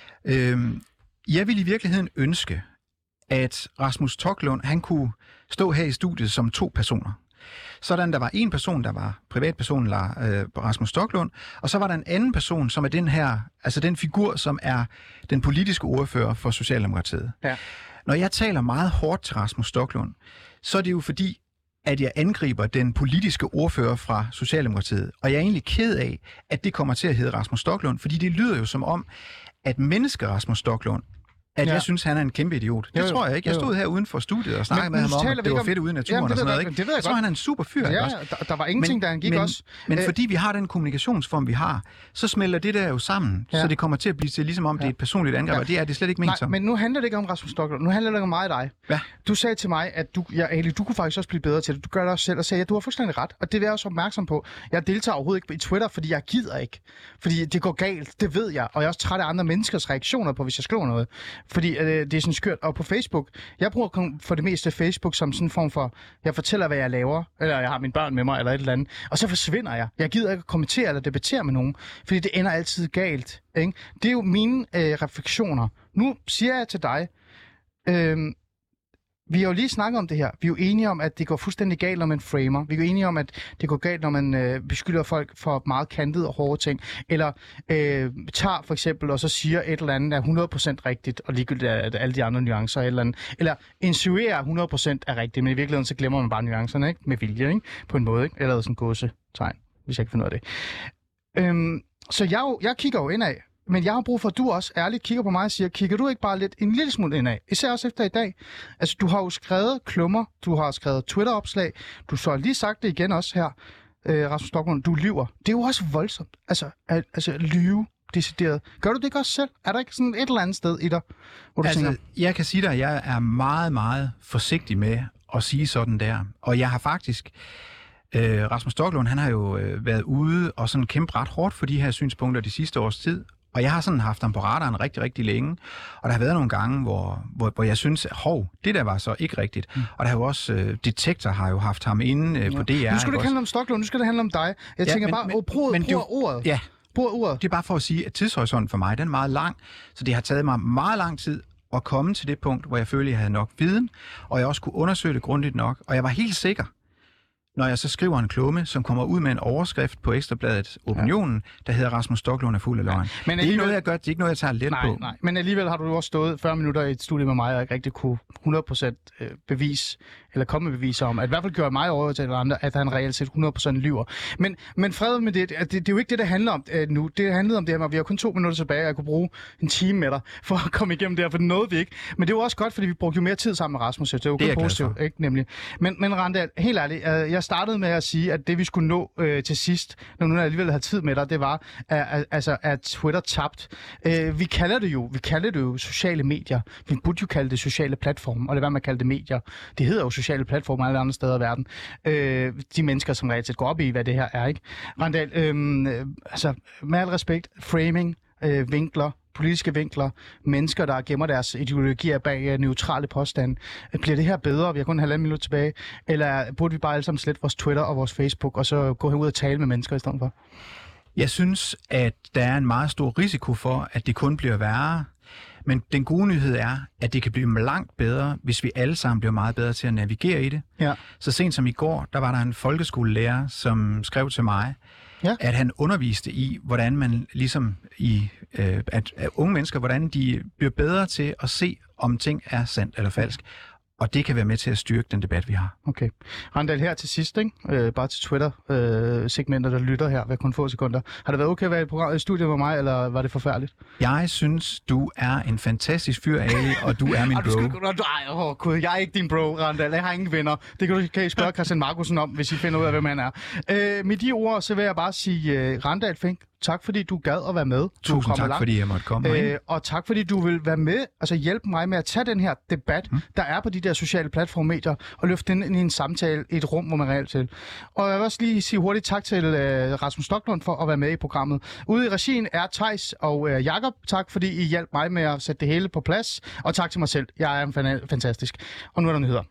Øhm, jeg vil i virkeligheden ønske, at Rasmus Stoklund, han kunne stå her i studiet som to personer. Sådan, der var en person, der var privatpersonen, øh, Rasmus Stoklund, og så var der en anden person, som er den her, altså den figur, som er den politiske ordfører for Socialdemokratiet. Ja. Når jeg taler meget hårdt til Rasmus Stoklund, så er det jo fordi, at jeg angriber den politiske ordfører fra Socialdemokratiet. Og jeg er egentlig ked af, at det kommer til at hedde Rasmus Stoklund, fordi det lyder jo som om, at menneske Rasmus Stoklund, at ja. jeg synes, han er en kæmpe idiot. Det jo, jo. tror jeg ikke. Jeg stod her uden for studiet og snakkede med ham om, at det var om... fedt ude i naturen Jamen, og sådan noget. Ikke? Det ved jeg, jeg tror, han er en super fyr. Ja, også. Der, der var ingenting, men, der han gik men, også. Men Æ... fordi vi har den kommunikationsform, vi har, så smelter det der jo sammen, ja. så det kommer til at blive til, ligesom om ja. det er et personligt angreb, ja. og det er det slet ikke ment som. Men nu handler det ikke om Rasmus Stoklund. Nu handler det om mig og dig. Ja. Du sagde til mig, at du, ja, Ali, du kunne faktisk også blive bedre til det. Du gør det også selv og sagde, at du har fuldstændig ret. Og det er jeg også opmærksom på. Jeg deltager overhovedet ikke i Twitter, fordi jeg gider ikke. Fordi det går galt, det ved jeg. Og jeg er også træt af andre menneskers reaktioner på, hvis jeg skriver noget. Fordi øh, det er sådan skørt. Og på Facebook, jeg bruger for det meste Facebook som sådan en form for, jeg fortæller, hvad jeg laver, eller jeg har mine børn med mig, eller et eller andet. Og så forsvinder jeg. Jeg gider ikke kommentere eller debattere med nogen, fordi det ender altid galt. Ikke? Det er jo mine øh, refleksioner. Nu siger jeg til dig, øh, vi har jo lige snakket om det her. Vi er jo enige om, at det går fuldstændig galt, når man framer. Vi er jo enige om, at det går galt, når man øh, beskylder folk for meget kantede og hårde ting. Eller øh, tager for eksempel og så siger et eller andet er hundrede procent rigtigt, og ligegyldigt at alle de andre nuancer eller andet. Eller insinuerer hundrede procent er rigtigt, men i virkeligheden så glemmer man bare nuancerne, ikke? Med vilje, ikke? På en måde, ikke? Eller sådan en gåsetegn, hvis jeg ikke finder ud af det. Øhm, så jeg, jo, jeg kigger jo indad. Men jeg har brug for, at du også ærligt kigger på mig og siger, kigger du ikke bare lidt en lille smule indad? Især også efter i dag. Altså, du har jo skrevet klummer, du har skrevet Twitter-opslag, du så har lige sagt det igen også her, øh, Rasmus Stoklund, du lyver. Det er jo også voldsomt. Altså, at, altså lyve decideret. Gør du det ikke også selv? Er der ikke sådan et eller andet sted i dig, hvor du altså, tænker... jeg kan sige dig, at jeg er meget, meget forsigtig med at sige sådan der. Og jeg har faktisk... Øh, Rasmus Stoklund, han har jo øh, været ude og sådan kæmpe ret hårdt for de her synspunkter de sidste års tid. Og jeg har sådan haft ham på radaren rigtig, rigtig længe. Og der har været nogle gange, hvor, hvor, hvor jeg synes, hov, det der var så ikke rigtigt. Mm. Og der har jo også, øh, Detektor har jo haft ham inde øh, på D R. Nu skal det ikke handle om Stoklund, nu skal det handle om dig. Jeg ja, tænker men, bare, men, brug, men, brug ordet. Ja, brug ordet. Det er bare for at sige, at tidshorisonten for mig, den er meget lang. Så det har taget mig meget lang tid at komme til det punkt, hvor jeg følte, at jeg havde nok viden. Og jeg også kunne undersøge det grundigt nok. Og jeg var helt sikker, når jeg så skriver en klumme, som kommer ud med en overskrift på Ekstrabladet Opinionen, ja. der hedder Rasmus Stoklund er fuld af løgn. Ja. Men det er ikke noget, jeg gør, det er ikke noget, jeg tager let nej, på. Nej, men alligevel har du også stået fyrre minutter i et studie med mig, og ikke rigtig kunne hundrede procent bevis, eller komme med beviser om, at i hvert fald gør mig over til andre, at han reelt set hundrede procent lyver. Men, men fred med det, det, det er jo ikke det, det handler om uh, nu. Det handlede om det her, at vi har kun to minutter tilbage, og jeg kunne bruge en time med dig, for at komme igennem det her, for det nåede vi ikke. Men det var også godt, fordi vi brugte jo mere tid sammen med Rasmus, det er jo det kun positivt, ikke nemlig. Men, men Randal, helt ærligt, uh, jeg startede med at sige, at det vi skulle nå øh, til sidst, når nu jeg alligevel havde tid med dig, det var, at, at, altså, at Twitter tabt. Øh, vi kalder det jo, vi kalder det jo sociale medier. Vi burde jo kalde det sociale platforme, og det er, hvad man kalder det medier. Det hedder jo sociale platforme alle andre steder i verden. Øh, de mennesker, som reelt set går op i, hvad det her er, ikke? Randal, øh, altså, med al respekt, framing, øh, vinkler, politiske vinkler, mennesker, der gemmer deres ideologier bag neutrale påstande. Bliver det her bedre? Vi har kun en halvanden minut tilbage. Eller burde vi bare alle sammen slette vores Twitter og vores Facebook, og så gå herud og tale med mennesker i stedet for? Jeg synes, at der er en meget stor risiko for, at det kun bliver værre. Men den gode nyhed er, at det kan blive langt bedre, hvis vi alle sammen bliver meget bedre til at navigere i det. Ja. Så sent som i går, der var der en folkeskolelærer, som skrev til mig, ja. at han underviste i, hvordan man ligesom i øh, at, at unge mennesker, hvordan de bliver bedre til at se, om ting er sandt eller falsk. Og det kan være med til at styrke den debat, vi har. Okay. Randal, her til sidst, ikke? Øh, bare til Twitter-segmenter, øh, der lytter her ved kun få sekunder. Har det været okay at være i, program, i studiet med mig, eller var det forfærdeligt? Jeg synes, du er en fantastisk fyr, Ali, og du er min bro. Nej, åh gud, jeg er ikke din bro, Randal. Jeg har ingen venner. Det kan du kan I spørge Christian Markusen om, hvis I finder ud af, hvem han er. Øh, med de ord, så vil jeg bare sige, uh, Randal Fink, tak fordi du gad at være med. Tusind tak, langt. fordi jeg måtte komme øh, Og tak fordi du vil være med, altså hjælpe mig med at tage den her debat, mm. der er på de der sociale platformmedier, og løfte den ind i en samtale i et rum, hvor man reelt til. Og jeg vil også lige sige hurtigt tak til øh, Rasmus Stocklund for at være med i programmet. Ude i regien er Theis og øh, Jakob. Tak fordi I hjalp mig med at sætte det hele på plads. Og tak til mig selv. Jeg er fantastisk. Og nu er der nyheder.